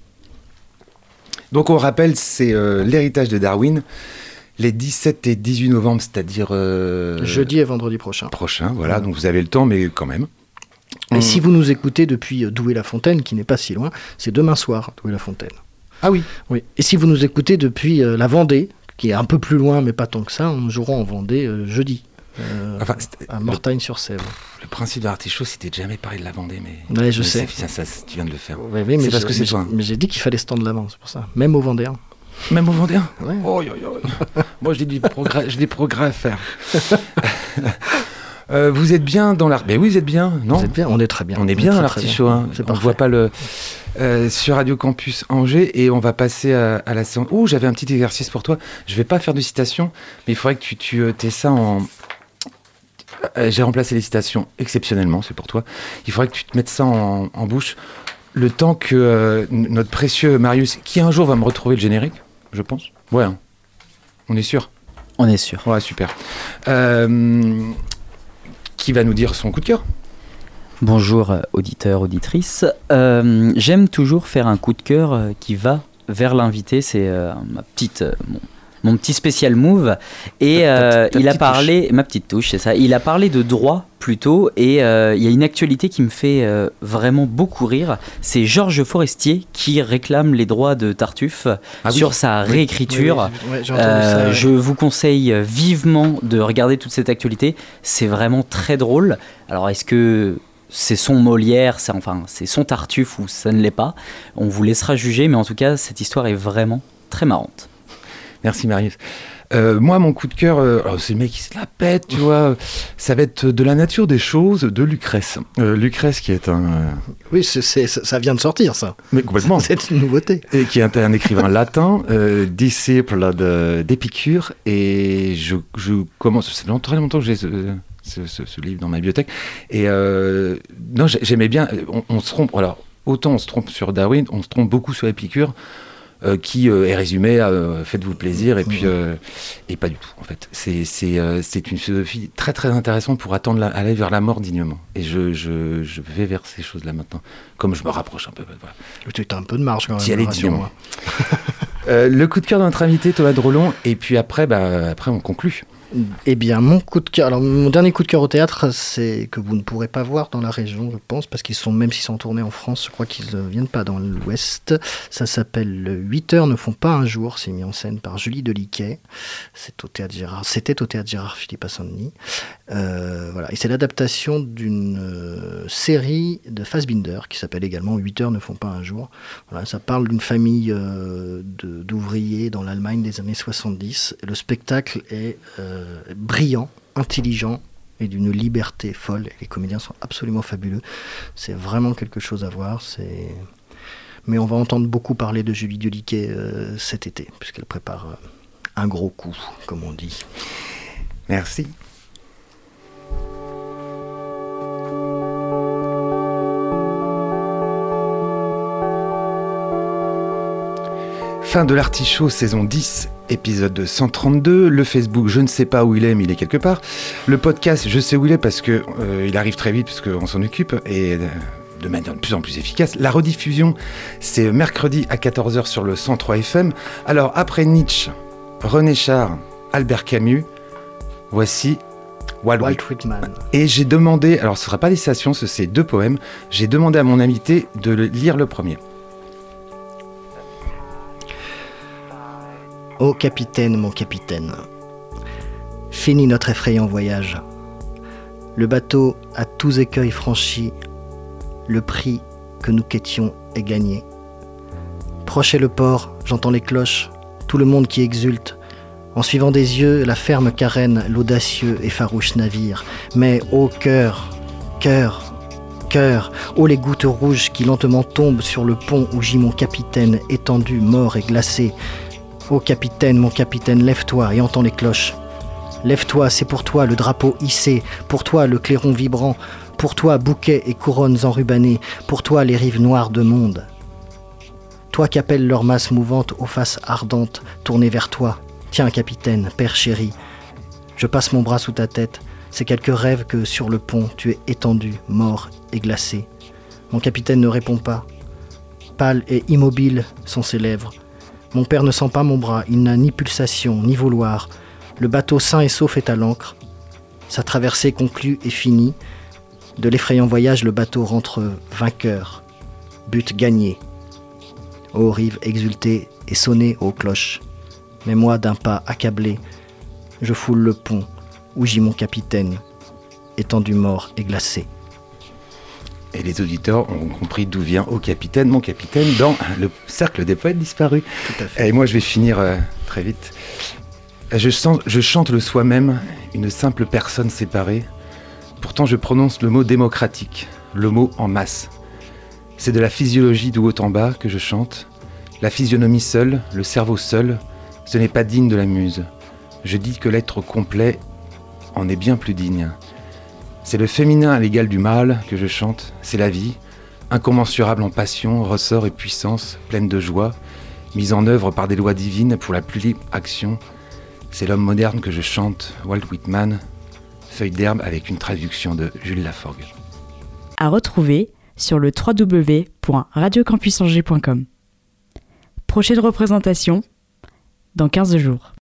Donc on rappelle, c'est euh, l'héritage de Darwin, les dix-sept et dix-huit novembre, c'est-à-dire... Euh, jeudi et vendredi prochain. Prochain, voilà, ouais. Donc vous avez le temps, mais quand même. Et on... si vous nous écoutez depuis Douai-la-Fontaine, qui n'est pas si loin, c'est demain soir, Douai-la-Fontaine. Ah oui. Oui. Et si vous nous écoutez depuis euh, la Vendée, qui est un peu plus loin, mais pas tant que ça, on jouera en Vendée euh, jeudi. Euh, enfin, à Mortagne-sur-Sèvre. Le principe de l'Artichaut, c'était de jamais parler de la Vendée, mais... Ouais, je mais sais. Ça, ça, tu viens de le faire. Ouais, oui, c'est mais parce je, que c'est mais toi. Mais j'ai dit qu'il fallait se tendre la main, c'est pour ça. Même aux Vendéens. Même aux Vendéens. Ouais. Oh, yo, yo. Moi, j'ai des progrès, j'ai des progrès à faire. euh, vous êtes bien dans l'art... Mais oui, vous êtes bien, non ? Vous êtes bien, on est très bien. On est bien à l'Artichaut, hein. On ne voit pas le... Euh, sur Radio Campus Angers, et on va passer à, à la séance. Oh, j'avais un petit exercice pour toi. Je vais pas faire de citation, mais il faudrait que tu, tu euh, aies ça en... Euh, j'ai remplacé les citations exceptionnellement, c'est pour toi. Il faudrait que tu te mettes ça en, en bouche le temps que euh, notre précieux Marius, qui un jour va me retrouver le générique, je pense. Ouais, hein. On est sûr ? On est sûr. Ouais, super. Euh, qui va nous dire son coup de cœur ? Bonjour auditeurs, auditrices. Euh, j'aime toujours faire un coup de cœur euh, qui va vers l'invité. C'est euh, ma petite, euh, mon, mon petit spécial move. Et euh, ta, ta il a parlé, touche. ma petite touche, c'est ça. Il a parlé de droit plutôt. Et euh, il y a une actualité qui me fait euh, vraiment beaucoup rire. C'est Georges Forestier qui réclame les droits de Tartuffe ah, sur oui. sa oui. réécriture. Oui, oui, oui, euh, ça, oui. Je vous conseille vivement de regarder toute cette actualité. C'est vraiment très drôle. Alors est-ce que c'est son Molière, c'est, enfin, c'est son Tartuffe ou ça ne l'est pas. On vous laissera juger, mais en tout cas, cette histoire est vraiment très marrante. Merci Marius. Euh, moi, mon coup de cœur, euh, alors c'est le mec qui se la pète, tu vois. Ça va être de la nature des choses de Lucrèce. Euh, Lucrèce qui est un... Euh... Oui, c'est, c'est, ça vient de sortir, ça. Mais complètement. C'est une nouveauté. Et qui est un écrivain latin, euh, disciple de, d'Épicure. Et je, je commence... Ça fait très longtemps que j'ai... Euh, Ce, ce, ce livre dans ma bibliothèque. Et euh, non, j'aimais bien. On, on se trompe. Alors, autant on se trompe sur Darwin, on se trompe beaucoup sur Épicure, euh, qui euh, est résumé à euh, faites-vous plaisir, et puis euh, et pas du tout. En fait, c'est c'est euh, c'est une philosophie très très intéressante pour attendre la, aller vers la mort dignement. Et je je je vais vers ces choses-là maintenant, comme je me rapproche un peu. Voilà. Tu as un peu de marge quand même. D'y aller dignement. euh, le coup de cœur de notre invité Thomas Drolon, et puis après, bah après on conclut. Eh bien, mon coup de cœur, alors mon dernier coup de cœur au théâtre, c'est que vous ne pourrez pas voir dans la région, je pense, parce qu'ils sont, même s'ils sont tournés en France, je crois qu'ils ne viennent pas dans l'Ouest. Ça s'appelle huit heures ne font pas un jour, c'est mis en scène par Julie Deliquet. C'est au théâtre Gérard, c'était au théâtre Gérard Philippe à Saint-Denis. Euh, voilà, et c'est l'adaptation d'une euh, série de Fassbinder qui s'appelle également huit heures ne font pas un jour. Voilà, ça parle d'une famille euh, de, d'ouvriers dans l'Allemagne des années soixante-dix. Le spectacle est euh, brillant, intelligent et d'une liberté folle. Les comédiens sont absolument fabuleux. C'est vraiment quelque chose à voir. C'est... Mais on va entendre beaucoup parler de Julie Deliquet euh, cet été, puisqu'elle prépare euh, un gros coup, comme on dit. Merci. Fin de l'Artichaut, saison dix, épisode cent trente-deux. Le Facebook, je ne sais pas où il est, mais il est quelque part. Le podcast, je sais où il est parce qu'il euh, arrive très vite, parce qu'on s'en occupe, et euh, de manière de plus en plus efficace. La rediffusion, c'est mercredi à quatorze heures sur le cent trois F M. Alors, après Nietzsche, René Char, Albert Camus, voici Walt, Walt Whitman. Et j'ai demandé, alors ce ne sera pas des citations, c'est deux poèmes, j'ai demandé à mon invité de le, lire le premier. Ô capitaine, mon capitaine, fini notre effrayant voyage. Le bateau a tous écueils franchis, le prix que nous quêtions est gagné. Proche est le port, j'entends les cloches, tout le monde qui exulte. En suivant des yeux la ferme carène, l'audacieux et farouche navire. Mais ô cœur, cœur, cœur, ô les gouttes rouges qui lentement tombent sur le pont où gît mon capitaine, étendu, mort et glacé. Ô capitaine, mon capitaine, lève-toi et entends les cloches. Lève-toi, c'est pour toi le drapeau hissé, pour toi le clairon vibrant, pour toi bouquets et couronnes enrubannées, pour toi les rives noires de monde. Toi qu'appellent leurs masses mouvantes aux faces ardentes, tournées vers toi. Tiens, capitaine, père chéri, je passe mon bras sous ta tête. C'est quelques rêves que, sur le pont, tu es étendu, mort et glacé. Mon capitaine ne répond pas. Pâle et immobile sont ses lèvres. Mon père ne sent pas mon bras, il n'a ni pulsation, ni vouloir. Le bateau sain et sauf est à l'ancre. Sa traversée conclue et finie. De l'effrayant voyage, le bateau rentre vainqueur. But gagné. Ô rive exultée et sonnée aux cloches. Mais moi, d'un pas accablé, je foule le pont où gît mon capitaine, étendu mort et glacé. Et les auditeurs ont compris d'où vient « Ô capitaine, mon capitaine » dans le cercle des poètes disparus. Tout à fait. Et moi, je vais finir euh, très vite. Je, sens, je chante le soi-même, une simple personne séparée. Pourtant, je prononce le mot démocratique, le mot en masse. C'est de la physiologie d'où haut en bas que je chante. La physionomie seule, le cerveau seul, ce n'est pas digne de la muse. Je dis que l'être complet en est bien plus digne. C'est le féminin à l'égal du mâle que je chante, c'est la vie, incommensurable en passion, ressort et puissance, pleine de joie, mise en œuvre par des lois divines pour la plus libre action. C'est l'homme moderne que je chante, Walt Whitman, Feuille d'herbe avec une traduction de Jules Laforgue. À retrouver sur le w w w point radio campus angers point com. Prochaine représentation dans quinze jours.